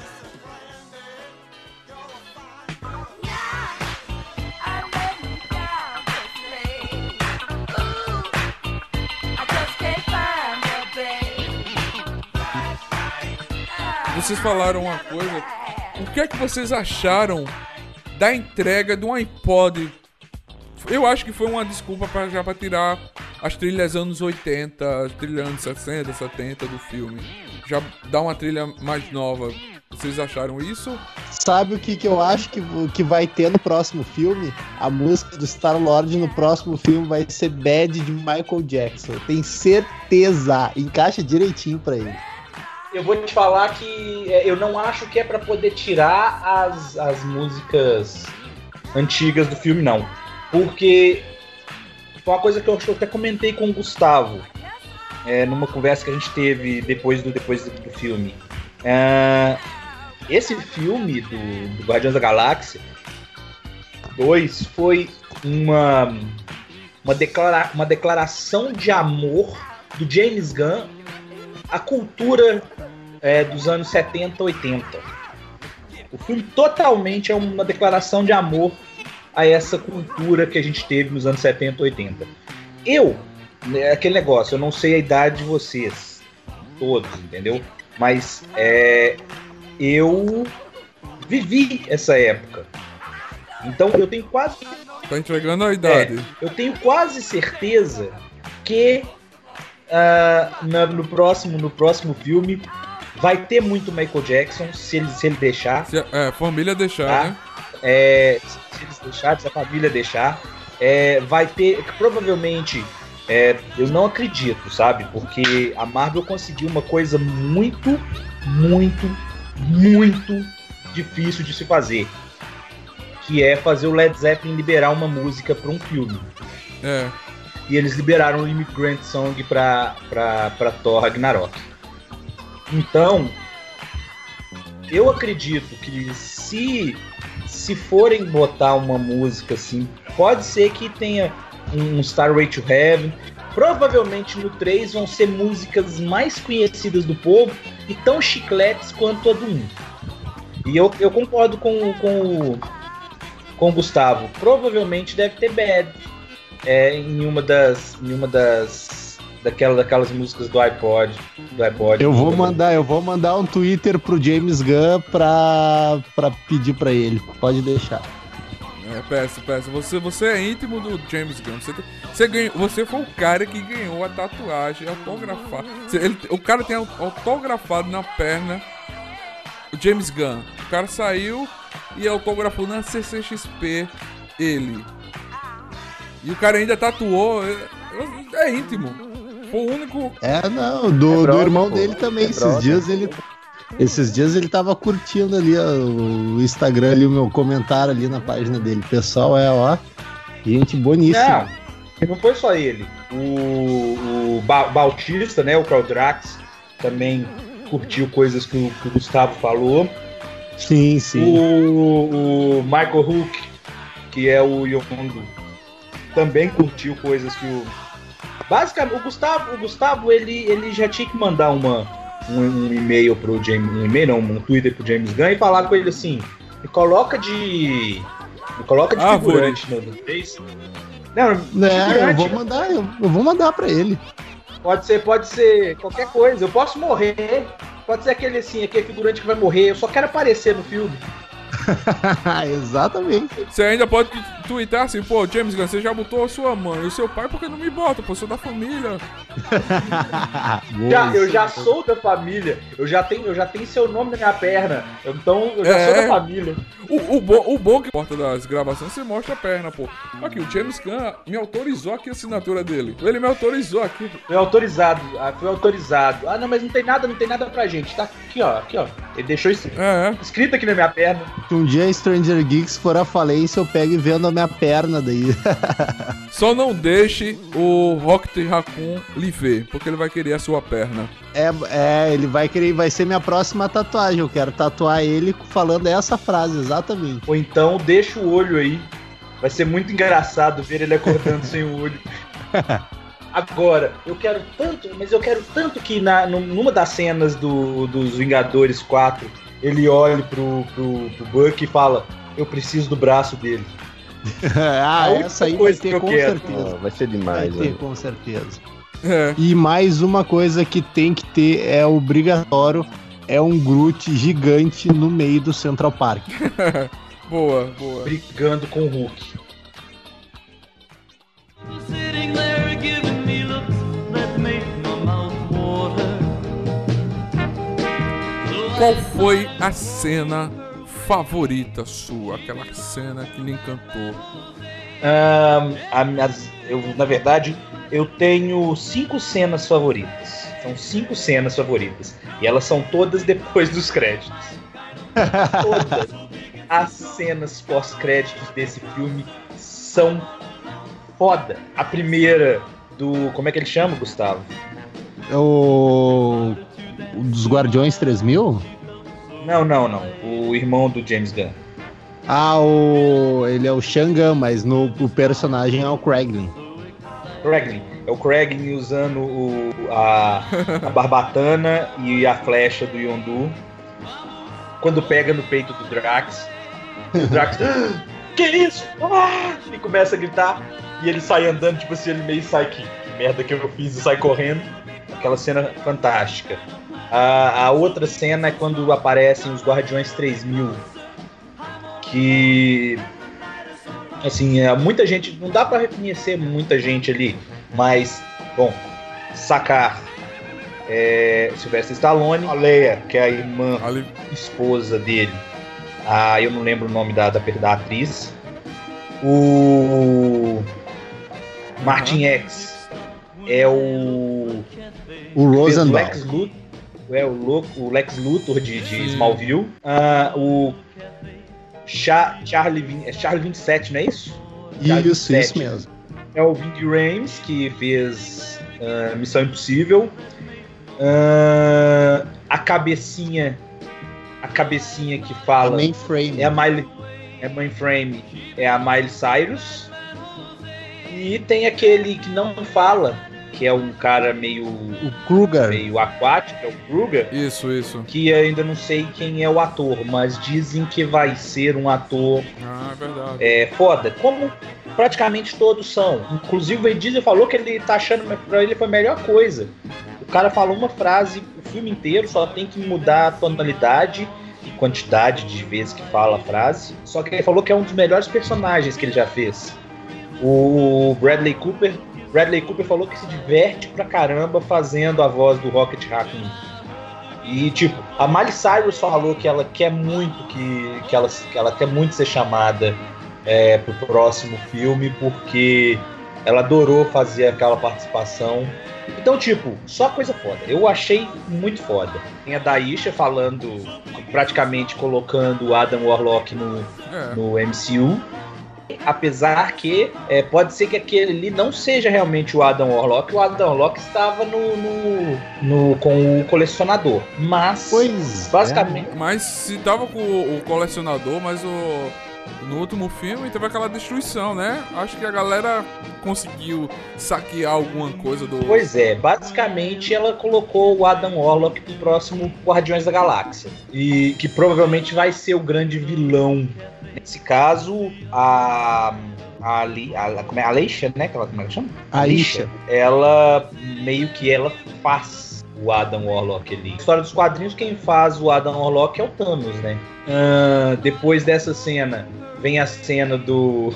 Vocês falaram uma coisa. O que é que vocês acharam da entrega de um iPod? Eu acho que foi uma desculpa pra, já pra tirar as trilhas anos oitenta, as trilhas anos sessenta, setenta do filme. Já dá uma trilha mais nova. Vocês acharam isso? Sabe o que, que eu acho que, que vai ter no próximo filme? A música do Star-Lord no próximo filme vai ser Bad de Michael Jackson. Eu tenho certeza. Encaixa direitinho pra ele. Eu vou te falar que é, eu não acho que é pra poder tirar as, as músicas antigas do filme, não. Porque foi uma coisa que eu, acho que eu até comentei com o Gustavo, é, numa conversa que a gente teve depois do, depois do, do filme. É, esse filme do, do Guardiões da Galáxia dois foi uma, uma, declara, uma declaração de amor do James Gunn à cultura é, dos anos setenta, oitenta. O filme totalmente é uma declaração de amor a essa cultura que a gente teve nos anos setenta, oitenta. Eu, é aquele negócio, eu não sei a idade de vocês, todos, entendeu? Mas é, eu vivi essa época. Então eu tenho quase... Tá entregando a idade. É, eu tenho quase certeza que uh, na, no, próximo, no próximo filme vai ter muito Michael Jackson, se ele, se ele deixar. Se, é, família deixar, Tá? né? é, se eles deixarem, se a família deixar, é, vai ter, provavelmente, é, eu não acredito, sabe? Porque a Marvel conseguiu uma coisa muito, muito, muito difícil de se fazer, que é fazer o Led Zeppelin liberar uma música para um filme. É. E eles liberaram o Immigrant Song pra, pra, pra Thor Ragnarok. Então, eu acredito que se, se forem botar uma música assim, pode ser que tenha um Starway to Heaven. Provavelmente no três vão ser músicas mais conhecidas do povo e tão chicletes quanto a do um. E eu, eu concordo com, com, com o Gustavo. Provavelmente deve ter Bad. É, em uma das, em uma das, daquela, daquelas músicas do iPod, do iPod. Eu vou mandar, eu vou mandar um Twitter pro James Gunn pra, pra pedir pra ele. Pode deixar. É, peço, peço. Você, você é íntimo do James Gunn. Você, tem, você, ganhou, você foi o cara que ganhou a tatuagem autografada. Ele, o cara tem autografado na perna o James Gunn. O cara saiu e autografou na C C X P ele. E o cara ainda tatuou. É, é íntimo. Foi o único. É, não, do, é brother, do irmão pô. dele também. É esses brother. dias ele. Esses dias ele tava curtindo ali ó, o Instagram ali, o meu comentário ali na página dele. Pessoal, é, ó. Gente boníssima. Não, não foi só ele. O, o ba Bautista, né? O Caldrax também curtiu coisas que o, que o Gustavo falou. Sim, sim. O, o Michael Hook, que é o Yondu, também curtiu coisas que o. Basicamente, o Gustavo, o Gustavo ele, ele já tinha que mandar uma, um, um e-mail pro James. Um e-mail, não, um Twitter pro James Gunn e falar com ele assim: me coloca de. Me coloca de Ah, figurante no Face. Não, É, eu vou mandar, eu, eu vou mandar pra ele. Pode ser, pode ser qualquer coisa. Eu posso morrer. Pode ser aquele assim, aquele figurante que vai morrer. Eu só quero aparecer no filme. Exatamente. Você ainda pode twittar assim, pô, James Gunn, você já botou a sua mãe e o seu pai, por que não me bota? Pô, eu sou da família. Já, eu já sou da família. Eu já tenho, eu já tenho seu nome na minha perna. Então eu já É. sou da família. O, o, bo, o bom que porta das gravações, você mostra a perna, pô. Aqui, o James Gunn me autorizou aqui a assinatura dele. Ele me autorizou aqui. Foi autorizado. Ah, foi autorizado. Ah, não, mas não tem nada, não tem nada pra gente. Tá aqui, ó. Aqui, ó. Ele deixou isso É, é. escrito aqui na minha perna. Se um dia Stranger Geeks for a falência, eu pego e vendo a minha perna daí. Só não deixe o Rocket Raccoon lhe ver, porque ele vai querer a sua perna. É, é, ele vai querer, vai ser minha próxima tatuagem. Eu quero tatuar ele falando essa frase, exatamente. Ou então deixa o olho aí. Vai ser muito engraçado ver ele acordando sem o olho. Agora, eu quero tanto, mas eu quero tanto que na, numa das cenas do, dos Vingadores quatro, ele olhe pro, pro, pro Buck e fala: eu preciso do braço dele. Ah, A única essa aí vai coisa ter que eu com quero. certeza. Ah, vai ser Vai demais, ter velho. com certeza. É. E mais uma coisa que tem que ter, é obrigatório, é um Groot gigante no meio do Central Park. Boa, boa. Brigando com o Hulk. Sitting there giving me looks that make my mouth water. Qual foi a cena favorita sua? Aquela cena que lhe encantou? Ahn, a minhas- eu, na verdade, eu tenho cinco cenas favoritas. São cinco cenas favoritas. E elas são todas depois dos créditos. Todas as cenas pós-créditos desse filme são foda. A primeira do... Como é que ele chama, Gustavo? O... o dos Guardiões três mil? Não, não, não. O irmão do James Gunn. Ah, o... ele é o Shangan, mas no... o personagem é o Kraglin. Kraglin. É o Kraglin usando o, a, a barbatana e a flecha do Yondu. Quando pega no peito do Drax. O Drax... "Ah, que isso? Ah!" E começa a gritar. E ele sai andando, tipo assim, ele meio sai que, que merda que eu fiz e sai correndo. Aquela cena fantástica. A, a outra cena é quando aparecem os Guardiões três mil. Que... Assim, é, muita gente... Não dá pra reconhecer muita gente ali. Mas, bom, Sakaar, é, Sylvester Stallone, a Leia, que é a irmã Ali. esposa dele, Ah, eu não lembro o nome da, da, da atriz. O Martin X é o... O Rosenbaum. Lex Luthor, é o, Lo, o Lex Luthor de, de Smallville. Ah, o Cha, Charlie, é Charlie vinte e sete, não é isso? Charlie Isso, vinte e sete. isso mesmo. É o Ving Rhames, que fez uh, Missão Impossível. Uh, a cabecinha... A cabecinha que fala... Mainframe. É a Miley... É Mainframe. É a Miley Cyrus. E tem aquele que não fala, que é um cara meio... O Kruger. Meio aquático, é o Kruger. Isso, isso. Que ainda não sei quem é o ator, mas dizem que vai ser um ator... Ah, é verdade. É, foda. Como praticamente todos são. Inclusive o Vin Diesel falou que ele tá achando pra ele foi a melhor coisa. O cara falou uma frase o filme inteiro, só tem que mudar a tonalidade e quantidade de vezes que fala a frase. Só que ele falou que é um dos melhores personagens que ele já fez. O Bradley Cooper, Bradley Cooper falou que se diverte pra caramba fazendo a voz do Rocket Raccoon. E tipo, a Miley Cyrus falou que ela quer muito que, que, ela, que ela quer muito ser chamada é, pro próximo filme, porque ela adorou fazer aquela participação. Então, tipo, só coisa foda. Eu achei muito foda. Tem a Daisha falando, praticamente colocando o Adam Warlock no, É. no M C U. Apesar que é, pode ser que aquele ali não seja realmente o Adam Warlock. O Adam Warlock estava no, no, no com o colecionador. Mas, Pois basicamente... Mas se tava com o, o colecionador, mas o, no último filme teve aquela destruição, né? Acho que a galera conseguiu saquear alguma coisa do... Pois é, basicamente ela colocou o Adam Warlock pro próximo Guardiões da Galáxia. E que provavelmente vai ser o grande vilão. Nesse caso, a... A, Ali, a, como é? A Leisha, né? Como é que ela chama? A Aisha. Ela meio que ela faz o Adam Warlock ali. Na história dos quadrinhos, quem faz o Adam Warlock é o Thanos, né? Uh, depois dessa cena, vem a cena do,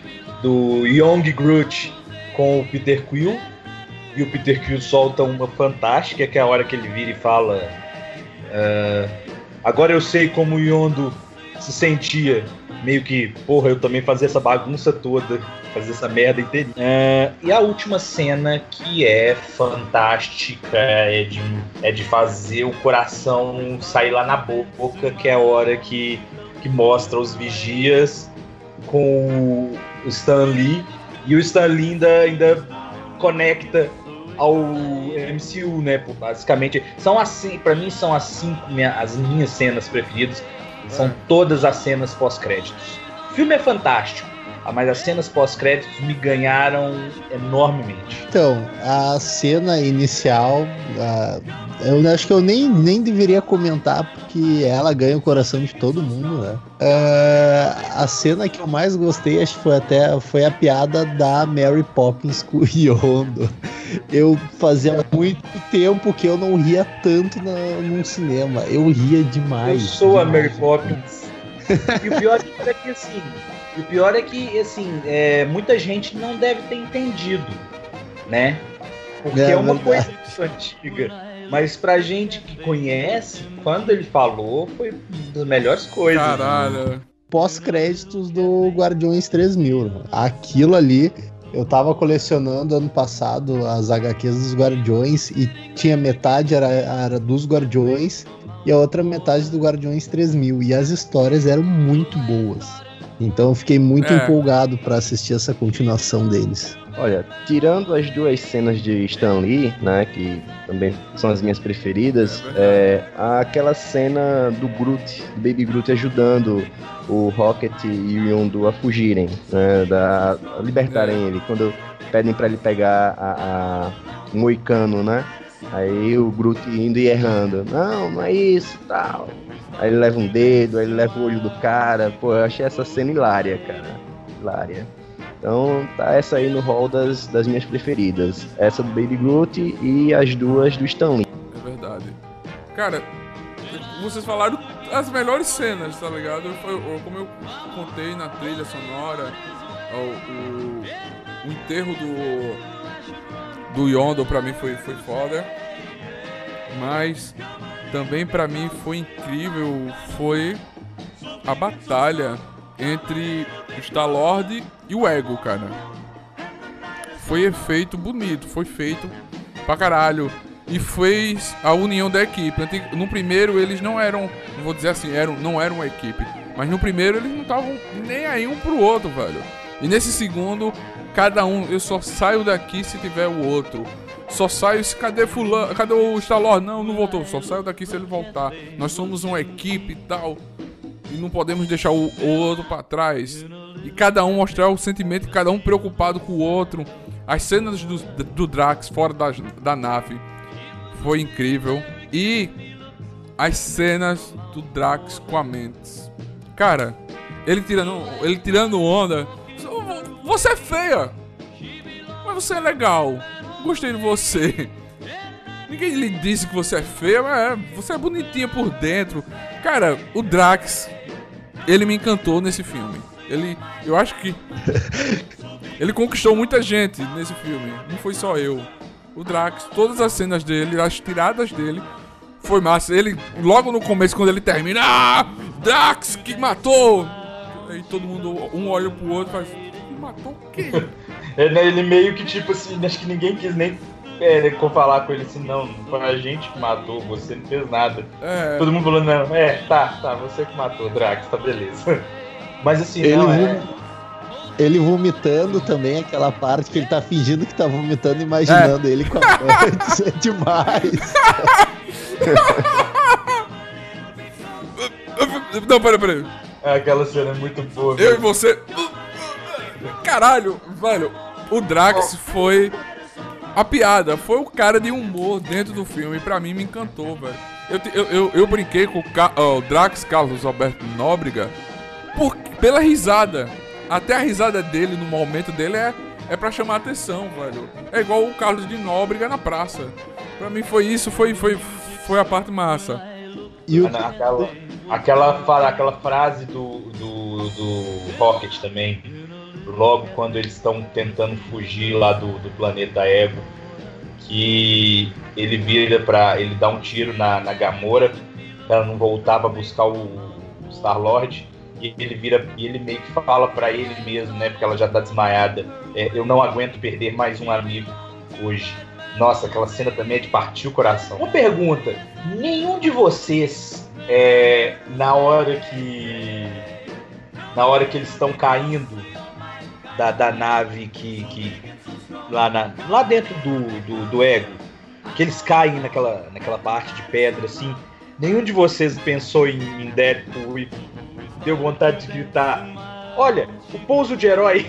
do Young Groot com o Peter Quill. E o Peter Quill solta uma fantástica, que é a hora que ele vira e fala... Uh, agora eu sei como o Yondo se sentia. Meio que, porra, eu também fazia essa bagunça toda, fazer essa merda inteira. Uh, e a última cena, que é fantástica, é de, é de fazer o coração sair lá na boca, que é a hora que, que mostra os vigias com o Stan Lee, e o Stan Lee ainda, ainda conecta ao M C U, né? Basicamente, são assim, pra mim são as cinco minha, as minhas cenas preferidas. São todas as cenas pós-créditos. O filme é fantástico, mas as cenas pós-créditos me ganharam enormemente. Então, a cena inicial, uh, eu acho que eu nem, nem deveria comentar, porque ela ganha o coração de todo mundo, né? Uh, a cena que eu mais gostei, acho que foi até foi a piada da Mary Poppins com o Yondo. Eu fazia muito tempo que eu não ria tanto na, num cinema. Eu ria demais. Eu sou demais. a Mary Poppins. E o pior é que assim, o pior é que assim, é, muita gente não deve ter entendido, né? Porque é, é uma verdade. Coisa muito antiga. Mas pra gente que conhece, quando ele falou, foi uma das melhores coisas. Caralho. Né? Pós-créditos do Guardiões três mil. Né? Aquilo ali. Eu tava colecionando ano passado as agá quês dos Guardiões e tinha metade era, era dos Guardiões e a outra metade do Guardiões três mil. E as histórias eram muito boas. Então eu fiquei muito é. empolgado pra assistir essa continuação deles. Olha, tirando as duas cenas de Stan Lee, né, que também são as minhas preferidas, é, aquela cena do Groot, do Baby Groot ajudando o Rocket e o Yondu a fugirem, né, da, a libertarem é. ele, quando pedem pra ele pegar a, a Moicano, né, aí o Groot indo e errando, não, não é isso, tal, aí ele leva um dedo, aí ele leva o olho do cara, pô, eu achei essa cena hilária, cara, hilária. Então tá essa aí no hall das, das minhas preferidas. Essa do Baby Groot e as duas do Stan Lee. É verdade. Cara, vocês falaram as melhores cenas, tá ligado? Foi, como eu contei na trilha sonora, o, o, o enterro do, do Yondu pra mim foi, foi foda. Mas também pra mim foi incrível, foi a batalha entre o Star-Lord e o Ego, cara. Foi efeito bonito, foi feito pra caralho. E fez a união da equipe. No primeiro eles não eram, vou dizer assim, eram, não eram uma equipe. Mas no primeiro eles não estavam nem aí um pro outro, velho. E nesse segundo, cada um, eu só saio daqui se tiver o outro. Só saio se cadê fulano, cadê o Star-Lord? Não, não voltou, só saio daqui se ele voltar. Nós somos uma equipe e tal. E não podemos deixar o, o outro pra trás. E cada um mostrar o sentimento, cada um preocupado com o outro. As cenas do, do Drax fora da, da nave foi incrível. E as cenas do Drax com a Mantis. Cara, ele tirando, ele tirando onda. Você é feia, mas você é legal. Gostei de você. Ninguém lhe disse que você é feia, mas é, você é bonitinha por dentro. Cara, o Drax, ele me encantou nesse filme. Ele, eu acho que ele conquistou muita gente nesse filme. Não foi só eu. O Drax, todas as cenas dele, as tiradas dele, foi massa. Ele, logo no começo, quando ele termina, ah, Drax que matou. Aí todo mundo, um olha pro outro e faz, matou quem? Ele meio que tipo assim, acho que ninguém quis nem é, falar com ele assim, não, foi a gente que matou, você não fez nada. É. Todo mundo falando, não, é, tá, tá, você que matou, Drax, tá beleza. Mas assim, ele não vom... é... Ele vomitando também, aquela parte que ele tá fingindo que tá vomitando, imaginando é. ele com a Mantis, é demais. Não, pera, pera. Aquela cena é muito boa. Eu e você... Caralho, velho, o Drax foi a piada, foi o cara de humor dentro do filme. Pra mim, me encantou, velho. Eu, eu, eu, eu brinquei com o, Ca... oh, o Drax Carlos Alberto Nóbrega por... pela risada. Até a risada dele, no momento dele, é, é pra chamar atenção, velho. É igual o Carlos de Nóbrega na praça. Pra mim foi isso, foi, foi, foi a parte massa. E o... aquela, aquela, aquela frase do, do, do Rocket também, logo quando eles estão tentando fugir lá do, do planeta Ego, que ele vira pra... ele dá um tiro na, na Gamora, pra ela não voltar pra buscar o, o Star-Lord. E ele vira, e ele meio que fala pra ele mesmo, né? Porque ela já tá desmaiada. É, eu não aguento perder mais um amigo hoje. Nossa, aquela cena também é de partir o coração. Uma pergunta: nenhum de vocês, é, na hora que. Na hora que eles estão caindo da, da nave que. que lá, na, lá dentro do, do, do Ego, que eles caem naquela, naquela parte de pedra assim. Nenhum de vocês pensou em, em Deadpool e deu vontade de gritar: olha, o pouso de herói.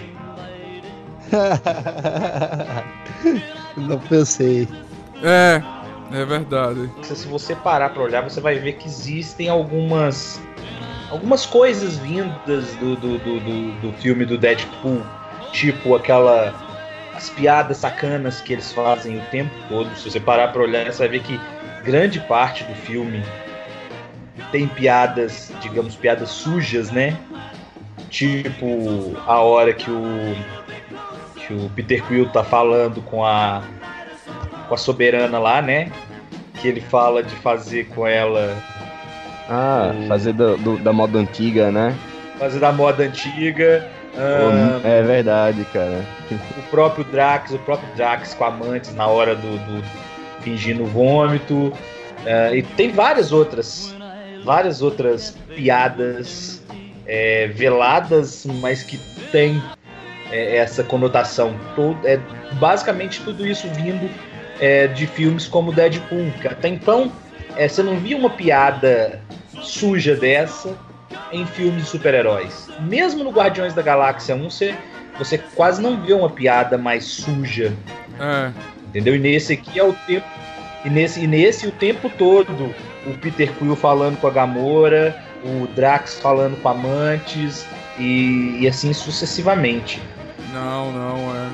Não pensei. É, é verdade. Se você parar pra olhar, você vai ver que existem algumas algumas coisas vindas do, do, do, do, do filme do Deadpool. Tipo aquela... as piadas sacanas que eles fazem o tempo todo. Se você parar pra olhar, você vai ver que grande parte do filme tem piadas, digamos, piadas sujas, né? Tipo a hora que o que o Peter Quill tá falando com a com a Soberana lá, né? Que ele fala de fazer com ela... Ah, o... fazer do, do, da moda antiga, né? Fazer da moda antiga. Ah, é verdade, cara. O próprio Drax, o próprio Drax com a Mantis na hora do, do fingindo vômito. Uh, e tem várias outras, várias outras piadas é, veladas, mas que tem é, essa conotação. Todo, é, basicamente tudo isso vindo é, de filmes como Deadpool. Até então, é, você não via uma piada suja dessa em filmes de super-heróis. Mesmo no Guardiões da Galáxia um, você, você quase não vê uma piada mais suja. É. Entendeu? E nesse aqui é o tempo... E nesse, e nesse o tempo todo, o Peter Quill falando com a Gamora, o Drax falando com a Mantis, e, e assim sucessivamente. Não, não, é...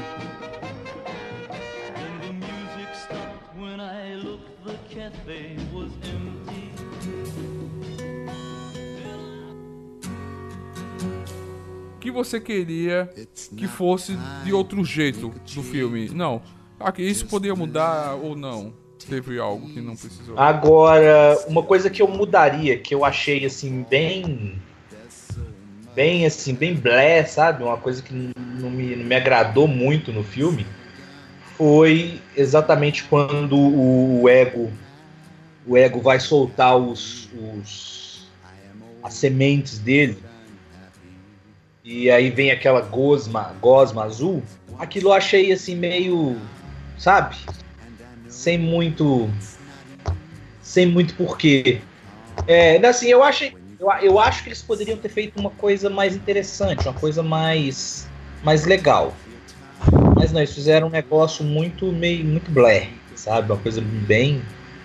que você queria que fosse de outro jeito do filme? Não. Ah, que isso poderia mudar ou não? Teve algo que não precisou. Agora, uma coisa que eu mudaria, que eu achei assim bem bem assim, bem blé, sabe? Uma coisa que não me, não me agradou muito no filme foi exatamente quando o, o ego o ego vai soltar os, os as sementes dele e aí vem aquela gosma, gosma azul. Aquilo eu achei assim meio, sabe? Sem muito sem muito porquê. É, assim, eu achei Eu, eu acho que eles poderiam ter feito uma coisa mais interessante, uma coisa mais, mais legal. Mas não, eles fizeram um negócio muito, meio, muito blé, sabe? Uma coisa bem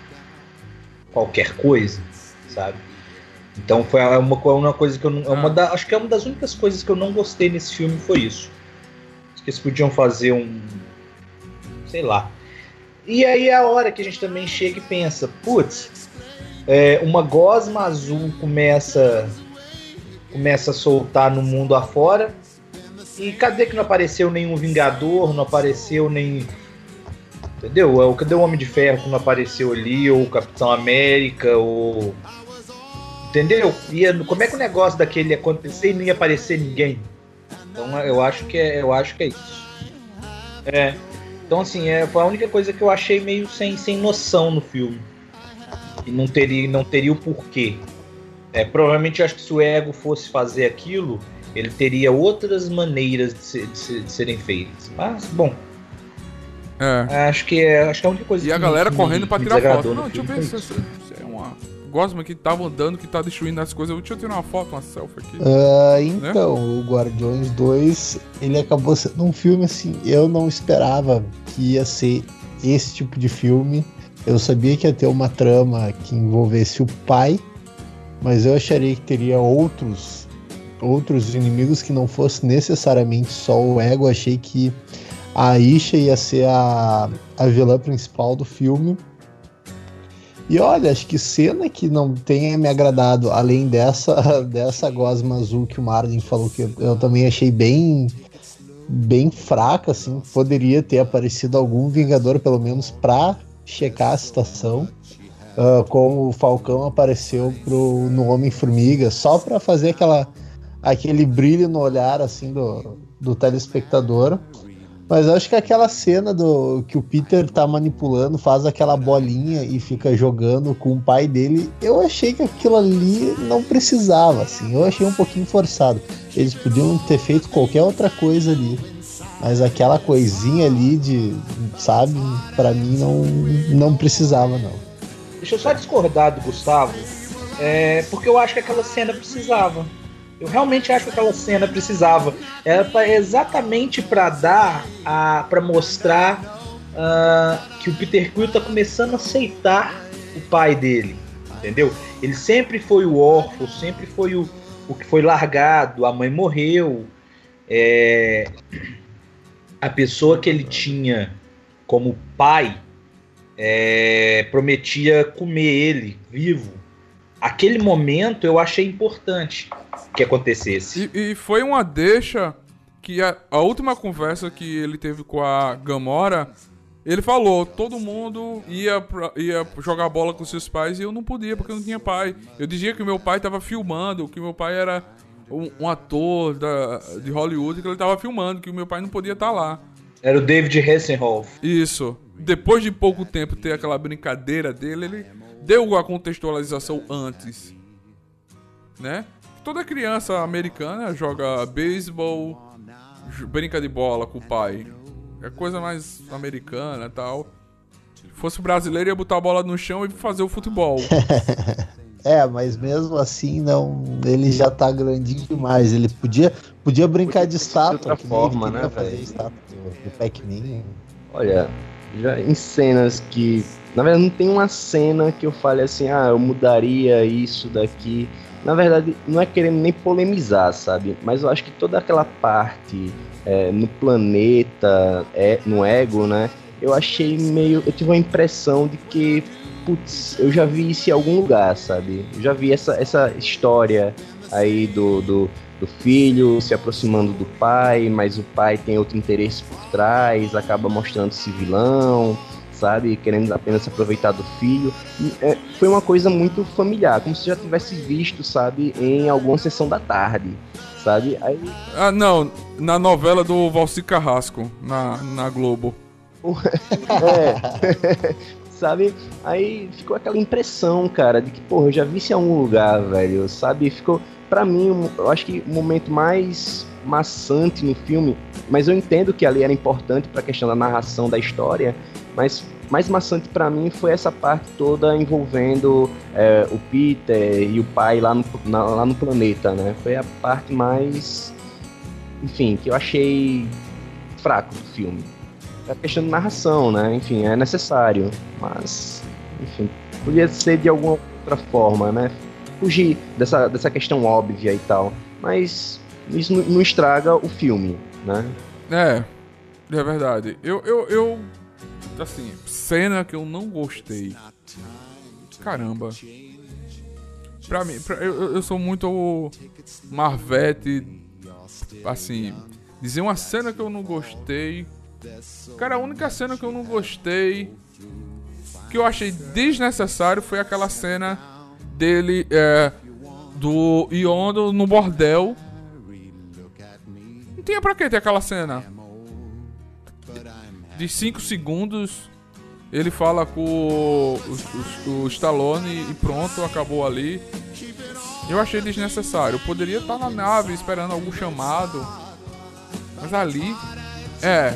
qualquer coisa, sabe? Então foi uma, uma coisa que eu não... É uma da, acho que é uma das únicas coisas que eu não gostei nesse filme foi isso. Acho que eles podiam fazer um... sei lá. E aí é a hora que a gente também chega e pensa, putz... É, uma gosma azul começa começa a soltar no mundo afora e cadê que não apareceu nenhum Vingador, não apareceu nem, entendeu? Cadê o Homem de Ferro que não apareceu ali, ou o Capitão América, ou entendeu? Ia, como é que o negócio daquele ia acontecer e não ia aparecer ninguém? Então eu acho que é, eu acho que é isso. É, então assim, é, foi a única coisa que eu achei meio sem, sem noção no filme. E não teria, não teria o porquê. É, provavelmente eu acho que se o ego fosse fazer aquilo, ele teria outras maneiras de, ser, de, ser, de serem feitas. Mas, bom. É. Acho que é, acho que é a única coisa e que a galera me, correndo me, pra me tirar foto. no Não, deixa eu filme ver foi se isso. é uma gosma que tava andando, que tá destruindo as coisas. Deixa eu tirar uma foto, uma selfie aqui. Uh, então, né? O Guardiões dois, ele acabou sendo um filme assim, eu não esperava que ia ser esse tipo de filme. Eu sabia que ia ter uma trama que envolvesse o pai, mas eu acharia que teria outros, outros inimigos que não fosse necessariamente só o ego. Eu achei que a Isha ia ser a, a vilã principal do filme. E olha, acho que cena que não tenha me agradado, além dessa, dessa gosma azul que o Marlin falou, que eu, eu também achei bem, bem fraca, assim. Poderia ter aparecido algum Vingador, pelo menos, pra checar a situação, uh, como o Falcão apareceu pro, no Homem-Formiga, só para fazer aquela, aquele brilho no olhar assim do, do telespectador. Mas eu acho que aquela cena do, que o Peter tá manipulando, faz aquela bolinha e fica jogando com o pai dele, eu achei que aquilo ali não precisava, assim, eu achei um pouquinho forçado. Eles podiam ter feito qualquer outra coisa ali. Mas aquela coisinha ali de, sabe, pra mim não, não precisava, não. Deixa eu só discordar do Gustavo, é, porque eu acho que aquela cena precisava. Eu realmente acho que aquela cena precisava. Era pra, exatamente para dar, a, para mostrar uh, que o Peter Quill tá começando a aceitar o pai dele, entendeu? Ele sempre foi o órfão, sempre foi o, o que foi largado, a mãe morreu, é... a pessoa que ele tinha como pai é, prometia comer ele vivo. Aquele momento eu achei importante que acontecesse. E, e foi uma deixa que a, a última conversa que ele teve com a Gamora, ele falou, todo mundo ia, pra, ia jogar bola com seus pais e eu não podia porque eu não tinha pai. Eu dizia que meu pai estava filmando, que meu pai era um, um ator da, de Hollywood, que ele estava filmando, que o meu pai não podia estar lá. Era o David Hasselhoff. Isso. Depois de pouco tempo ter aquela brincadeira dele, ele deu a contextualização antes, né? Toda criança americana joga beisebol, brinca de bola com o pai. É coisa mais americana e tal. Se fosse brasileiro, ia botar a bola no chão e fazer o futebol. É, mas mesmo assim, não, ele já tá grandinho demais. Ele podia, podia brincar de estátua. De outra forma, né, velho? Do Pac-Man. Olha, já em cenas que... Na verdade, não tem uma cena que eu fale assim, ah, eu mudaria isso daqui. Na verdade, não é querendo nem polemizar, sabe? Mas eu acho que toda aquela parte é, no planeta, é, no ego, né? Eu achei meio... Eu tive uma impressão de que, putz, eu já vi isso em algum lugar, sabe? Eu já vi essa, essa história aí do, do, do filho se aproximando do pai, mas o pai tem outro interesse por trás, acaba mostrando esse vilão, sabe? Querendo apenas se aproveitar do filho. E, é, foi uma coisa muito familiar, como se já tivesse visto, sabe, em alguma sessão da tarde, sabe? Aí... Ah, não, na novela do Valci Carrasco, na, na Globo. É, sabe? Aí ficou aquela impressão, cara, de que, porra, eu já vi isso em algum lugar, velho, sabe? Ficou, pra mim, um, eu acho que o momento mais maçante no filme, mas eu entendo que ali era importante pra questão da narração da história, mas mais maçante pra mim foi essa parte toda envolvendo é, o Peter e o pai lá no, na, lá no planeta, né? Foi a parte mais, enfim, que eu achei fraco do filme. A questão de narração, né? Enfim, é necessário, mas, enfim, podia ser de alguma outra forma, né? Fugir dessa, dessa questão óbvia e tal, mas isso não, não estraga o filme, né? É, é verdade. Eu, eu, eu, assim, cena que eu não gostei. Caramba. Pra mim, pra, eu, eu sou muito Marvete, assim, dizer uma cena que eu não gostei. Cara, a única cena que eu não gostei, que eu achei desnecessário, foi aquela cena dele, é, do Yondo no bordel. Não tinha pra que ter aquela cena de cinco segundos. Ele fala com o, o, o Stallone e pronto, acabou ali. Eu achei desnecessário. Eu poderia estar na nave esperando algum chamado, mas ali, é...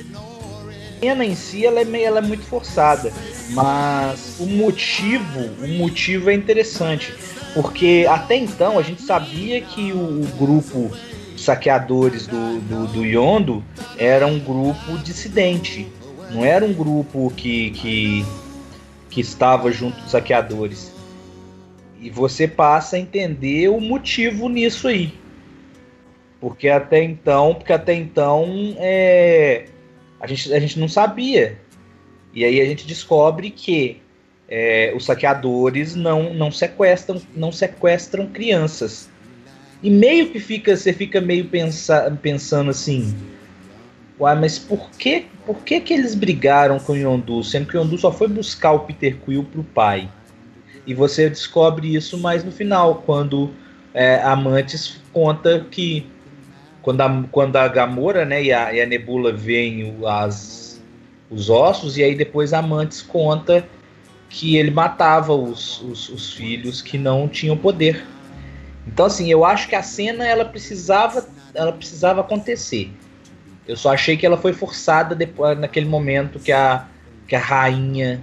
A cena em si ela é, meio, ela é muito forçada, mas o motivo, o motivo é interessante, porque até então a gente sabia que o, o grupo saqueadores do, do, do Yondo era um grupo dissidente, não era um grupo que, que, que estava junto dos saqueadores. E você passa a entender o motivo nisso aí, porque até então, porque até então é A gente, a gente não sabia. E aí a gente descobre que é, os saqueadores não, não, sequestram, não sequestram crianças. E meio que fica, você fica meio pensa, pensando assim, uai, mas por que, por que que eles brigaram com o Yondu, sendo que o Yondu só foi buscar o Peter Quill pro pai? E você descobre isso mais no final, quando é, a Mantis conta que Quando a, quando a Gamora, né, e a, e a Nebula veem as, os ossos, e aí depois a Mantis conta que ele matava os, os, os filhos que não tinham poder. Então, assim, eu acho que a cena ela precisava, ela precisava acontecer. Eu só achei que ela foi forçada depois, naquele momento que a, que a rainha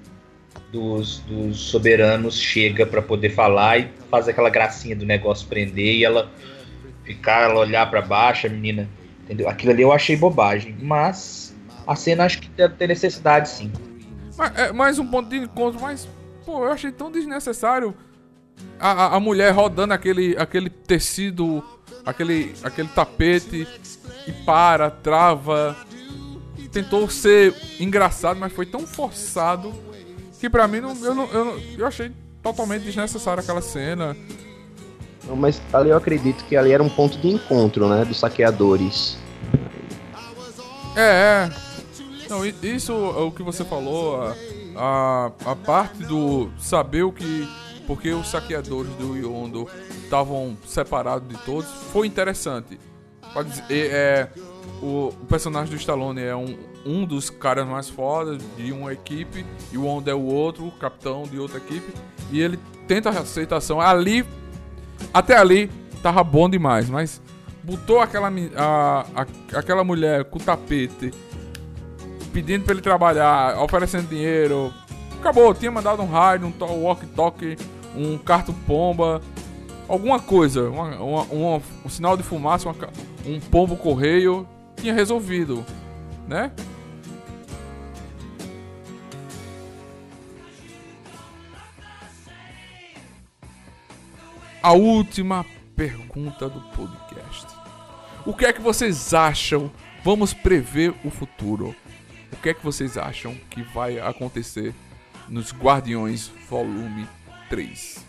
dos, dos soberanos chega para poder falar e faz aquela gracinha do negócio prender e ela... ficar, ela olhar pra baixo, a menina, entendeu? Aquilo ali eu achei bobagem, mas a cena acho que tem necessidade, sim. Mas, é, mais um ponto de encontro, mas, pô, eu achei tão desnecessário a, a, a mulher rodando aquele, aquele tecido, aquele, aquele tapete e para, trava. Tentou ser engraçado, mas foi tão forçado que pra mim, não, eu, não, eu, não, eu achei totalmente desnecessário aquela cena. Mas ali eu acredito que ali era um ponto de encontro, né, dos saqueadores. É, é. Não, isso é o que você falou, a, a, a parte do saber o que... Porque os saqueadores do Yondo estavam separados de todos, foi interessante. Pode dizer, é, o, o personagem do Stallone é um, um dos caras mais fodas de uma equipe, e o Yondo é o outro, o capitão de outra equipe, e ele tenta a aceitação. Ali... Até ali tava bom demais, mas botou aquela, a, a, aquela mulher com o tapete pedindo pra ele trabalhar, oferecendo dinheiro. Acabou, tinha mandado um raio, um walkie-talkie, um carto-pomba, alguma coisa, uma, uma, uma, um sinal de fumaça, uma, um pombo-correio, tinha resolvido, né? A última pergunta do podcast. O que é que vocês acham? Vamos prever o futuro. O que é que vocês acham que vai acontecer nos Guardiões Volume três?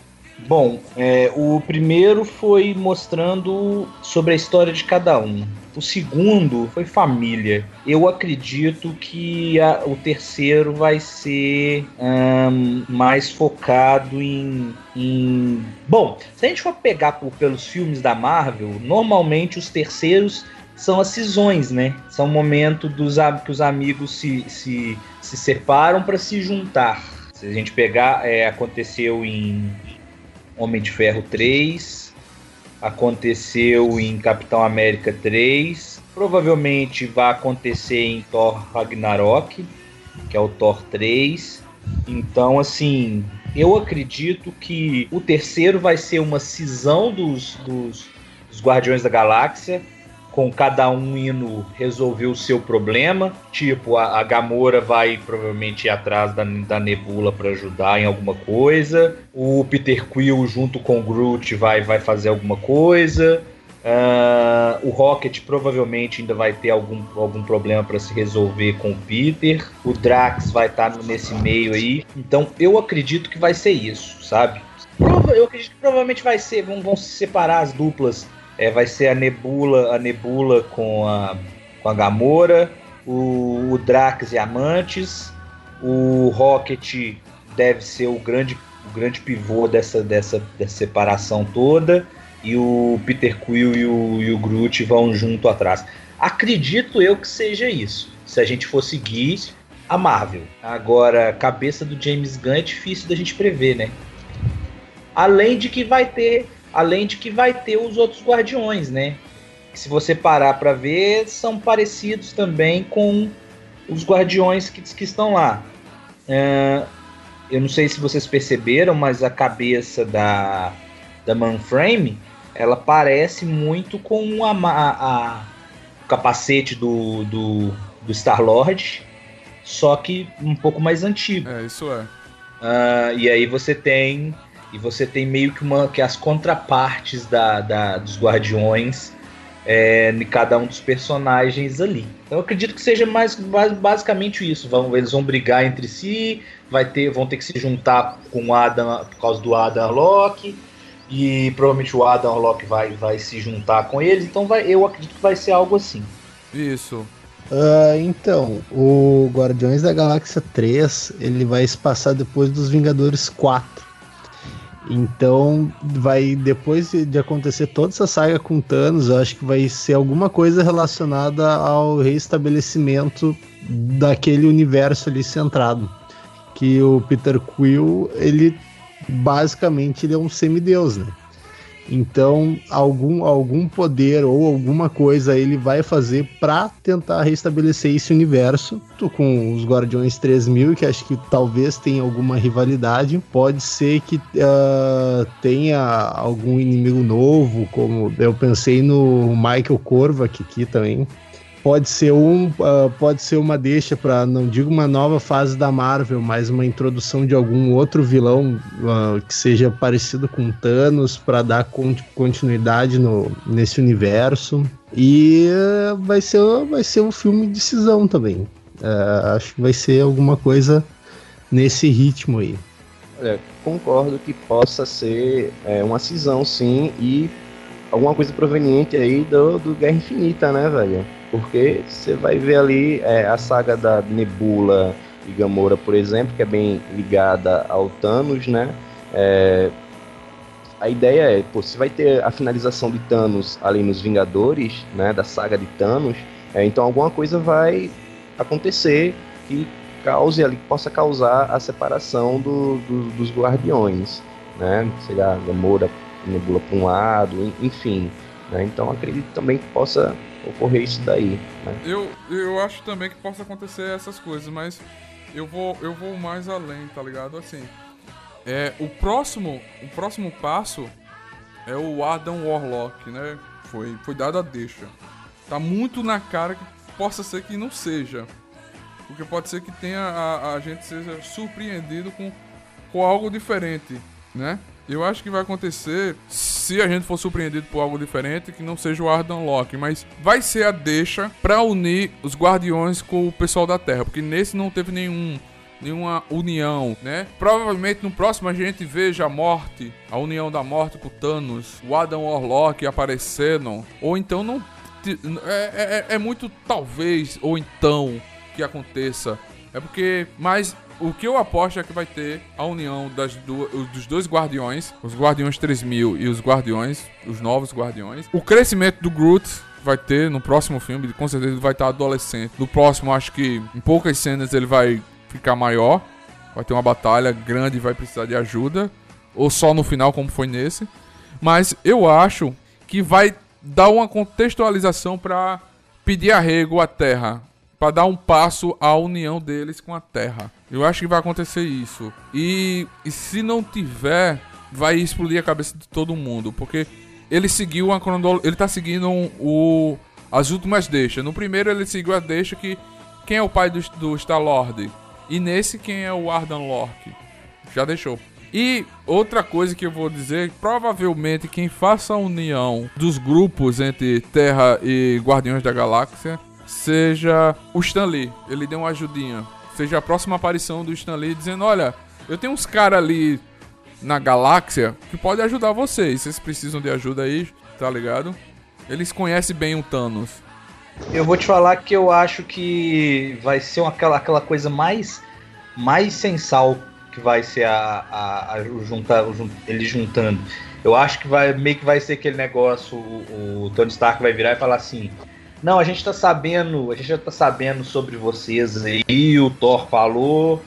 Bom, é, o primeiro foi mostrando sobre a história de cada um. O segundo foi família. Eu acredito que a, o terceiro vai ser um, mais focado em, em... Bom, se a gente for pegar por, pelos filmes da Marvel, normalmente os terceiros são as cisões, né? São o momento dos, que os amigos se, se, se separam para se juntar. Se a gente pegar, é, aconteceu em Homem de Ferro três... aconteceu em Capitão América três, provavelmente vai acontecer em Thor Ragnarok, que é o Thor três. Então, assim, eu acredito que o terceiro vai ser uma cisão dos, dos, dos Guardiões da Galáxia, com cada um indo resolver o seu problema. Tipo, a, a Gamora vai provavelmente ir atrás da, da Nebula para ajudar em alguma coisa. O Peter Quill junto com o Groot vai, vai fazer alguma coisa. Uh, o Rocket provavelmente ainda vai ter algum, algum problema para se resolver com o Peter. O Drax vai estar nesse meio aí. Então eu acredito que vai ser isso, sabe? Prova, eu acredito que provavelmente vai ser, vão, vão se separar as duplas. É, vai ser a Nebula, a Nebula com a, com a Gamora, o, o Drax e a Mantis, o Rocket deve ser o grande, o grande pivô dessa, dessa, dessa separação toda, e o Peter Quill e o, e o Groot vão junto atrás. Acredito eu que seja isso, se a gente for seguir a Marvel. Agora, a cabeça do James Gunn é difícil da gente prever, né? Além de que vai ter... Além de que vai ter os outros Guardiões, né? Se você parar para ver, são parecidos também com os Guardiões que, que estão lá. É, eu não sei se vocês perceberam, mas a cabeça da, da Manframe, ela parece muito com a, a, a, o capacete do, do, do Star-Lord, só que um pouco mais antigo. É, isso é. Uh, e aí você tem... E você tem meio que, uma, que as contrapartes da, da, dos Guardiões é, em cada um dos personagens ali. Então eu acredito que seja mais basicamente isso. Vão, eles vão brigar entre si, vai ter, vão ter que se juntar com o Adam por causa do Adam Warlock, e provavelmente o Adam Warlock vai, vai se juntar com eles. Então vai, eu acredito que vai ser algo assim. Isso. Uh, então, o Guardiões da Galáxia três, ele vai se passar depois dos Vingadores quatro. Então, vai, depois de acontecer toda essa saga com Thanos, eu acho que vai ser alguma coisa relacionada ao reestabelecimento daquele universo ali centrado. Que o Peter Quill, ele basicamente ele é um semideus, né? Então, algum, algum poder ou alguma coisa ele vai fazer para tentar restabelecer esse universo. Com os Guardiões três mil, que acho que talvez tenha alguma rivalidade. Pode ser que uh, tenha algum inimigo novo, como eu pensei no Michael Korvac aqui também. Pode ser, um, uh, pode ser uma deixa para, não digo uma nova fase da Marvel, mas uma introdução de algum outro vilão uh, que seja parecido com Thanos, para dar continuidade no, nesse universo. E uh, vai ser, vai ser um filme de cisão também. Uh, acho que vai ser alguma coisa nesse ritmo aí. Olha, concordo que possa ser é, uma cisão, sim, e alguma coisa proveniente aí do, do Guerra Infinita, né, velho? Porque você vai ver ali é, a saga da Nebula e Gamora, por exemplo, que é bem ligada ao Thanos, né? É, a ideia é, pô, se vai ter a finalização de Thanos ali nos Vingadores, né, da saga de Thanos, é, então alguma coisa vai acontecer que cause ali, que possa causar a separação do, do, dos Guardiões, né? Sei lá, Gamora, Nebula para um lado, enfim, né? Então acredito também que possa ocorrer isso daí, né? Eu, eu acho também que possa acontecer essas coisas, mas eu vou, eu vou mais além, tá ligado? Assim, é, o próximo, o próximo passo é o Adam Warlock, né? Foi, foi dado a deixa. Tá muito na cara que possa ser que não seja. Porque pode ser que tenha a, a gente seja surpreendido com, com algo diferente, né? Eu acho que vai acontecer, se a gente for surpreendido por algo diferente, que não seja o Adam Warlock, mas vai ser a deixa pra unir os Guardiões com o pessoal da Terra, porque nesse não teve nenhum, nenhuma união, né? Provavelmente no próximo a gente veja a morte, a união da morte com o Thanos, o Adam Warlock aparecendo, ou então não ti- é, é, é muito talvez ou então que aconteça. É porque, mas o que eu aposto é que vai ter a união das du- dos dois guardiões, os Guardiões três mil e os Guardiões, os novos Guardiões. O crescimento do Groot vai ter no próximo filme, com certeza ele vai estar adolescente. No próximo, acho que em poucas cenas ele vai ficar maior, vai ter uma batalha grande e vai precisar de ajuda, ou só no final como foi nesse. Mas eu acho que vai dar uma contextualização para pedir arrego à Terra, para dar um passo à união deles com a Terra. Eu acho que vai acontecer isso. E, e se não tiver, vai explodir a cabeça de todo mundo, porque ele seguiu uma cronologia, ele tá seguindo um, o as últimas deixas. No primeiro ele seguiu a deixa que quem é o pai do, do Star-Lord, e nesse quem é o Ardan Lork. Já deixou. E outra coisa que eu vou dizer, provavelmente quem faça a união dos grupos entre Terra e Guardiões da Galáxia seja o Stan Lee. Ele deu uma ajudinha. Seja a próxima aparição do Stan Lee dizendo, olha, eu tenho uns caras ali na galáxia que podem ajudar vocês. Vocês precisam de ajuda aí, tá ligado? Eles conhecem bem o Thanos. Eu vou te falar que eu acho que vai ser uma, aquela, aquela coisa mais, mais sensal que vai ser a, a, a o juntar, o jun, ele juntando. Eu acho que vai meio que vai ser aquele negócio, o, o Tony Stark vai virar e falar assim, não, a gente tá sabendo, a gente já tá sabendo sobre vocês aí, o Thor falou,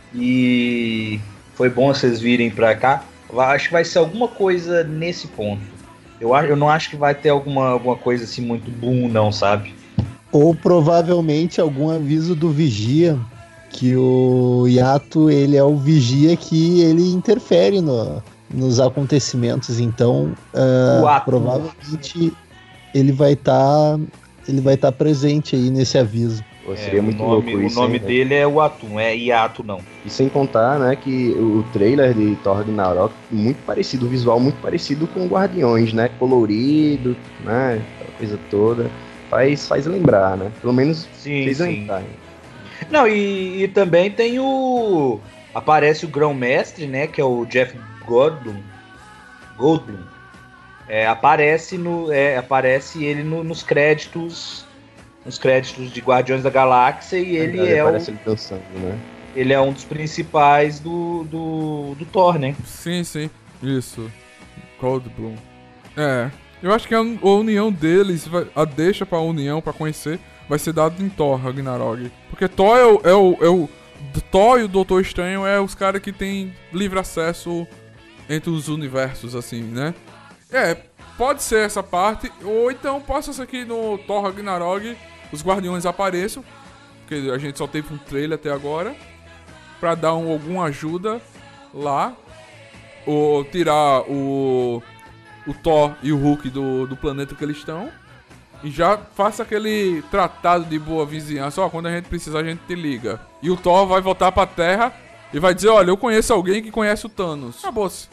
e foi bom vocês virem pra cá. Eu acho que vai ser alguma coisa nesse ponto. Eu, acho, eu não acho que vai ter alguma, alguma coisa assim muito boom, não, sabe? Ou provavelmente algum aviso do Vigia, que o Yato, ele é o Vigia que ele interfere no, nos acontecimentos, então uh, provavelmente ele vai estar tá, ele vai estar tá presente aí nesse aviso. Pô, seria é, muito o nome, louco isso, o nome hein, dele é o Atum, é Yato não. E sem contar, né, que o trailer de Thor Ragnarok muito parecido, o visual muito parecido com Guardiões, né, colorido, né, aquela coisa toda, faz, faz lembrar, né, pelo menos sim, fez sim. lembrar. Não, e, e também tem o... aparece o Grão-Mestre, né, que é o Jeff Goldblum, Goldblum, é, aparece, no, é, aparece ele no, nos créditos... nos créditos de Guardiões da Galáxia e ele é, o, ele dançando, né? ele é um dos principais do, do, do Thor, né? Sim, sim. Isso. Goldblum. É. Eu acho que a, a união deles, vai, a deixa pra união, pra conhecer, vai ser dado em Thor, Ragnarok. Porque Thor é o... É o, é o Thor e o Doutor Estranho é os caras que tem livre acesso entre os universos, assim, né? É, pode ser essa parte, ou então possa ser que no Thor Ragnarok os Guardiões apareçam, porque a gente só teve um trailer até agora, pra dar um, alguma ajuda lá, ou tirar o, o Thor e o Hulk do, do planeta que eles estão, e já faça aquele tratado de boa vizinhança, ó, quando a gente precisar a gente te liga. E o Thor vai voltar pra Terra e vai dizer, olha, eu conheço alguém que conhece o Thanos. Acabou-se.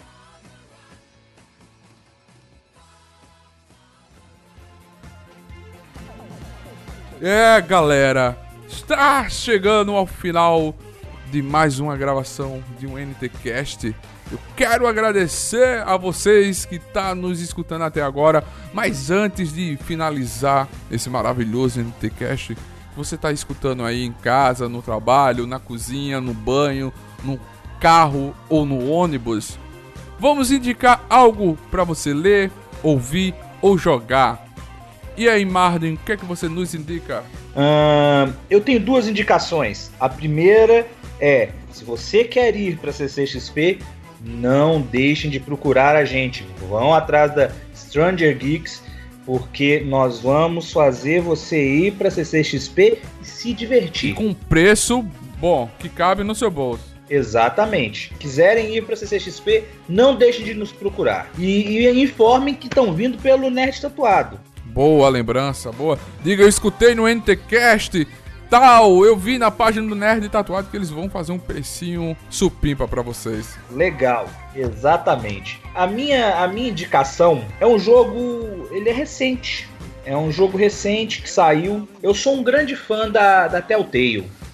É, galera, está chegando ao final de mais uma gravação de um N T Cast. Eu quero agradecer a vocês que estão nos escutando até agora, mas antes de finalizar esse maravilhoso N T Cast, você está escutando aí em casa, no trabalho, na cozinha, no banho, no carro ou no ônibus, vamos indicar algo para você ler, ouvir ou jogar. E aí, Marden, o que é que você nos indica? Hum, eu tenho duas indicações. A primeira é, se você quer ir para a C C X P, não deixem de procurar a gente. Vão atrás da Stranger Geeks, porque nós vamos fazer você ir para a C C X P e se divertir. E com preço bom, que cabe no seu bolso. Exatamente. Quiserem ir para a C C X P, não deixem de nos procurar. E, e informem que estão vindo pelo Nerd Tatuado. Boa lembrança, boa. Diga, eu escutei no N T Cast, tal, eu vi na página do Nerd Tatuado que eles vão fazer um precinho supimpa pra vocês. Legal, exatamente. A minha, a minha indicação é um jogo, ele é recente. É um jogo recente que saiu. Eu sou um grande fã da, da Telltale.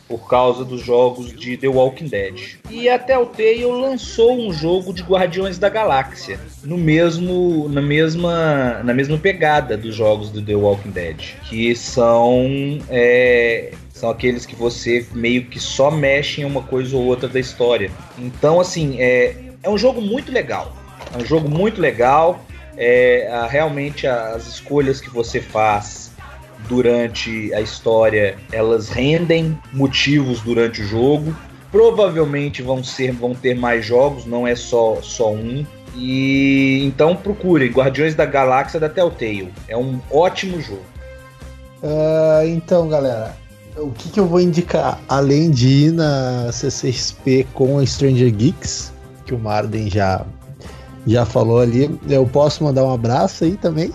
por causa dos jogos de The Walking Dead. E a Telltale lançou um jogo de Guardiões da Galáxia, no mesmo, na, mesma, na mesma pegada dos jogos do The Walking Dead, que são, é, são aqueles que você meio que só mexe em uma coisa ou outra da história. Então, assim, é, é um jogo muito legal. É um jogo muito legal. É, a, realmente as escolhas que você faz durante a história, elas rendem motivos durante o jogo. Provavelmente vão, ser, vão ter mais jogos, não é só, só um. E então procurem Guardiões da Galáxia da Telltale. É um ótimo jogo. Uh, então, galera, o que, que eu vou indicar? Além de ir na C C X P com a Stranger Geeks, que o Marden já, já falou ali, eu posso mandar um abraço aí também.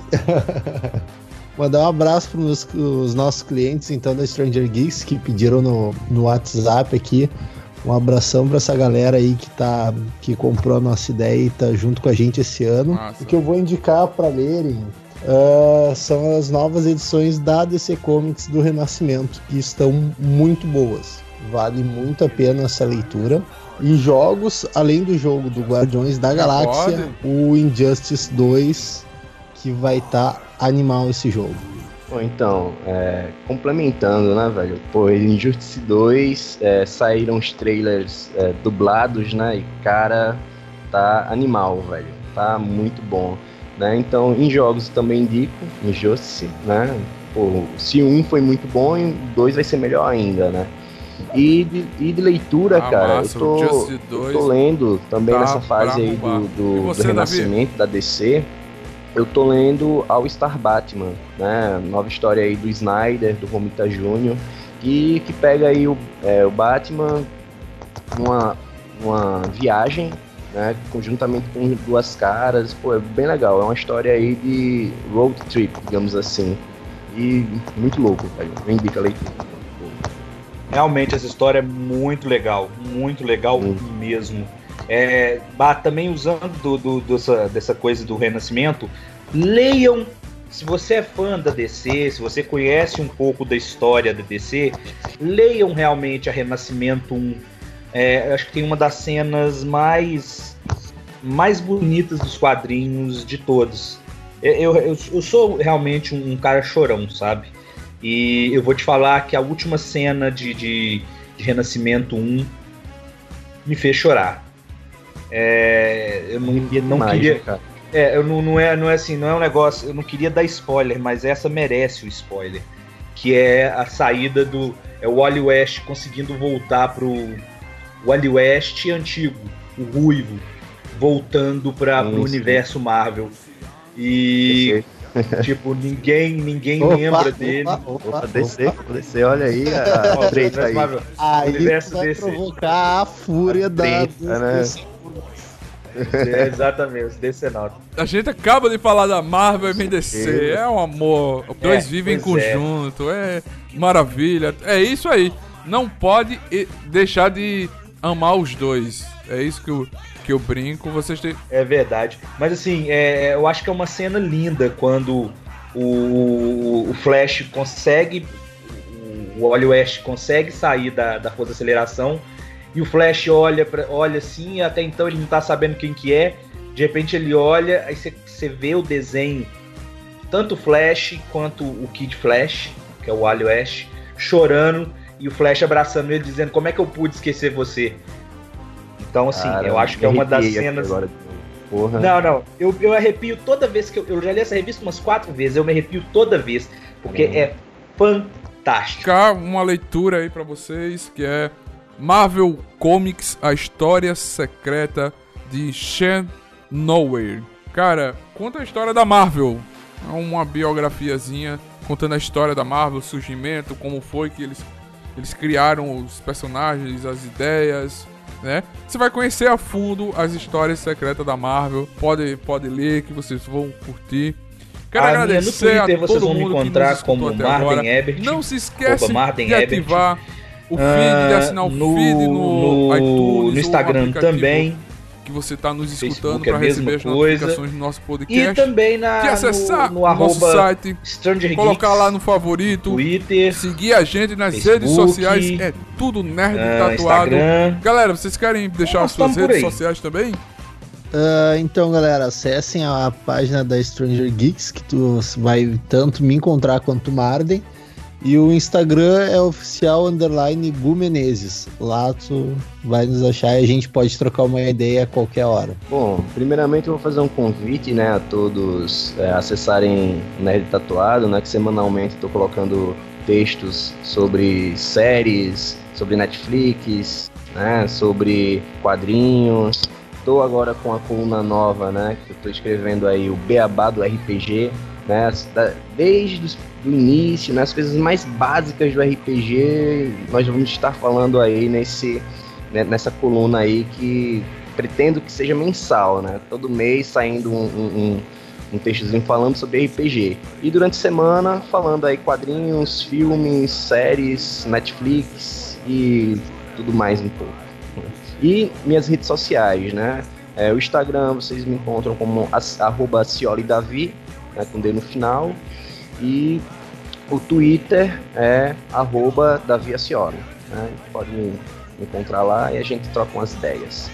Mandar um abraço para os nossos clientes, então, da Stranger Geeks, que pediram no, no WhatsApp aqui. Um abração para essa galera aí que, tá, que comprou a nossa ideia e tá junto com a gente esse ano. Nossa. O que eu vou indicar para lerem uh, são as novas edições da D C Comics do Renascimento, que estão muito boas. Vale muito a pena essa leitura. E jogos, além do jogo do Guardiões da Galáxia, o Injustice dois, que vai estar tá animal esse jogo. Pô, então, é, complementando, né, velho? Pô, Injustice dois, é, saíram os trailers é, dublados, né? E, cara, tá animal, velho. Tá muito bom, né? Então, em jogos também indico Injustice, né? Pô, se um foi muito bom, o dois vai ser melhor ainda, né? E de, e de leitura, ah, cara, massa, eu, tô, eu tô lendo também tá nessa fase aí do, do, você, do renascimento Davi? Da D C. Eu tô lendo All Star Batman, né? Nova história aí do Snyder, do Romita Júnior, e que pega aí o, é, o Batman numa, numa viagem, né? Conjuntamente com Duas Caras. Pô, é bem legal. É uma história aí de road trip, digamos assim. E muito louco, velho. Eu indico a leitura. Realmente essa história é muito legal, muito legal hum. mesmo. É, bah, também usando do, do, dessa, dessa coisa do Renascimento, leiam, se você é fã da D C, se você conhece um pouco da história da D C, leiam realmente a Renascimento um. É, acho que tem uma das cenas mais, mais bonitas dos quadrinhos de todos. Eu, eu, eu sou realmente um cara chorão, sabe? E eu vou te falar que a última cena de, de, de Renascimento um me fez chorar. É, eu não, não mais, queria. Cara. É, eu não, não, é, não é assim, não é um negócio. Eu não queria dar spoiler, mas essa merece o spoiler. Que é a saída do. É o Wally West conseguindo voltar pro. O Wally West antigo, o ruivo, voltando para o universo Marvel. E. Tipo, ninguém, ninguém opa, lembra dele. Opa, opa, descer, descer, olha aí a, a treta aí. Aí o universo vai desse... provocar a fúria a da... Treta, né? É, exatamente, os Decenautas. A gente acaba de falar da Marvel e vem descer. É um amor. Os dois é, vivem em conjunto. É. é maravilha. É isso aí. Não pode deixar de amar os dois. É isso que eu... que eu brinco, vocês têm... É verdade. Mas assim, é, eu acho que é uma cena linda quando o, o Flash consegue, o Wally West consegue sair da, da força de aceleração e o Flash olha, pra, olha assim, até então ele não tá sabendo quem que é, de repente ele olha, aí você vê o desenho, tanto o Flash quanto o Kid Flash, que é o Wally West, chorando e o Flash abraçando ele, dizendo: como é que eu pude esquecer você? Então, assim, cara, eu acho que é uma das cenas... Agora. Porra. Não, não. Eu, eu arrepio toda vez que eu... Eu já li essa revista umas quatro vezes. Eu me arrepio toda vez. Porque hum. é fantástico. Uma leitura aí pra vocês, que é Marvel Comics, a história secreta de Sean Nowhere. Cara, conta a história da Marvel. É uma biografiazinha contando a história da Marvel, o surgimento, como foi que eles, eles criaram os personagens, as ideias... Né? Você vai conhecer a fundo as histórias secretas da Marvel. Pode, pode ler, que vocês vão curtir. Quero ah, agradecer Twitter, a todo vocês vão mundo me encontrar que como Marden Ebert. Não se esquece Opa, de ativar o feed, de assinar o no, feed no, no iTunes, no Instagram também. que você está nos escutando Facebook é para a mesma receber as coisa. notificações do nosso E podcast. também na, Que acessar no, no o nosso arroba site, Stranger colocar Geeks, lá no favorito, Twitter, seguir a gente nas Facebook, redes sociais, é tudo Nerd ah, Tatuado. Instagram. Galera, vocês querem deixar Nós as suas estamos por redes aí. sociais também? Ah, então, galera, acessem a página da Stranger Geeks, que tu vai tanto me encontrar quanto o Marden. E o Instagram é oficial underline Gu Menezes. Lá tu vai nos achar e a gente pode trocar uma ideia a qualquer hora. Bom, primeiramente eu vou fazer um convite, né, a todos é, acessarem Nerd Tatuado, né, que semanalmente estou colocando textos sobre séries, sobre Netflix, né, sobre quadrinhos. Estou agora com a coluna nova, né, que eu estou escrevendo aí, o Beabá do R P G, né, desde o início, né, as coisas mais básicas do R P G, nós vamos estar falando aí nesse, né, nessa coluna aí que pretendo que seja mensal, né, todo mês saindo um, um, um textozinho falando sobre R P G, e durante a semana falando aí quadrinhos, filmes, séries, Netflix e tudo mais um pouco. E minhas redes sociais, né, é, o Instagram vocês me encontram como arroba ciolidavi, né, com D no final, e o Twitter é arroba Davi Acioli, né? Pode me encontrar lá e a gente troca umas ideias.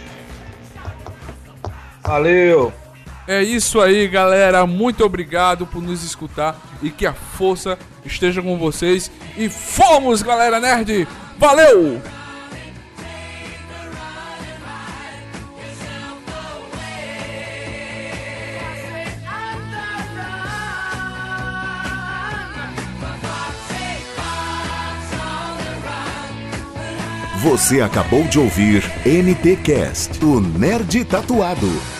Valeu! É isso aí, galera. Muito obrigado por nos escutar e que a força esteja com vocês. E fomos, galera nerd! Valeu! Você acabou de ouvir N T Cast, o Nerd Tatuado.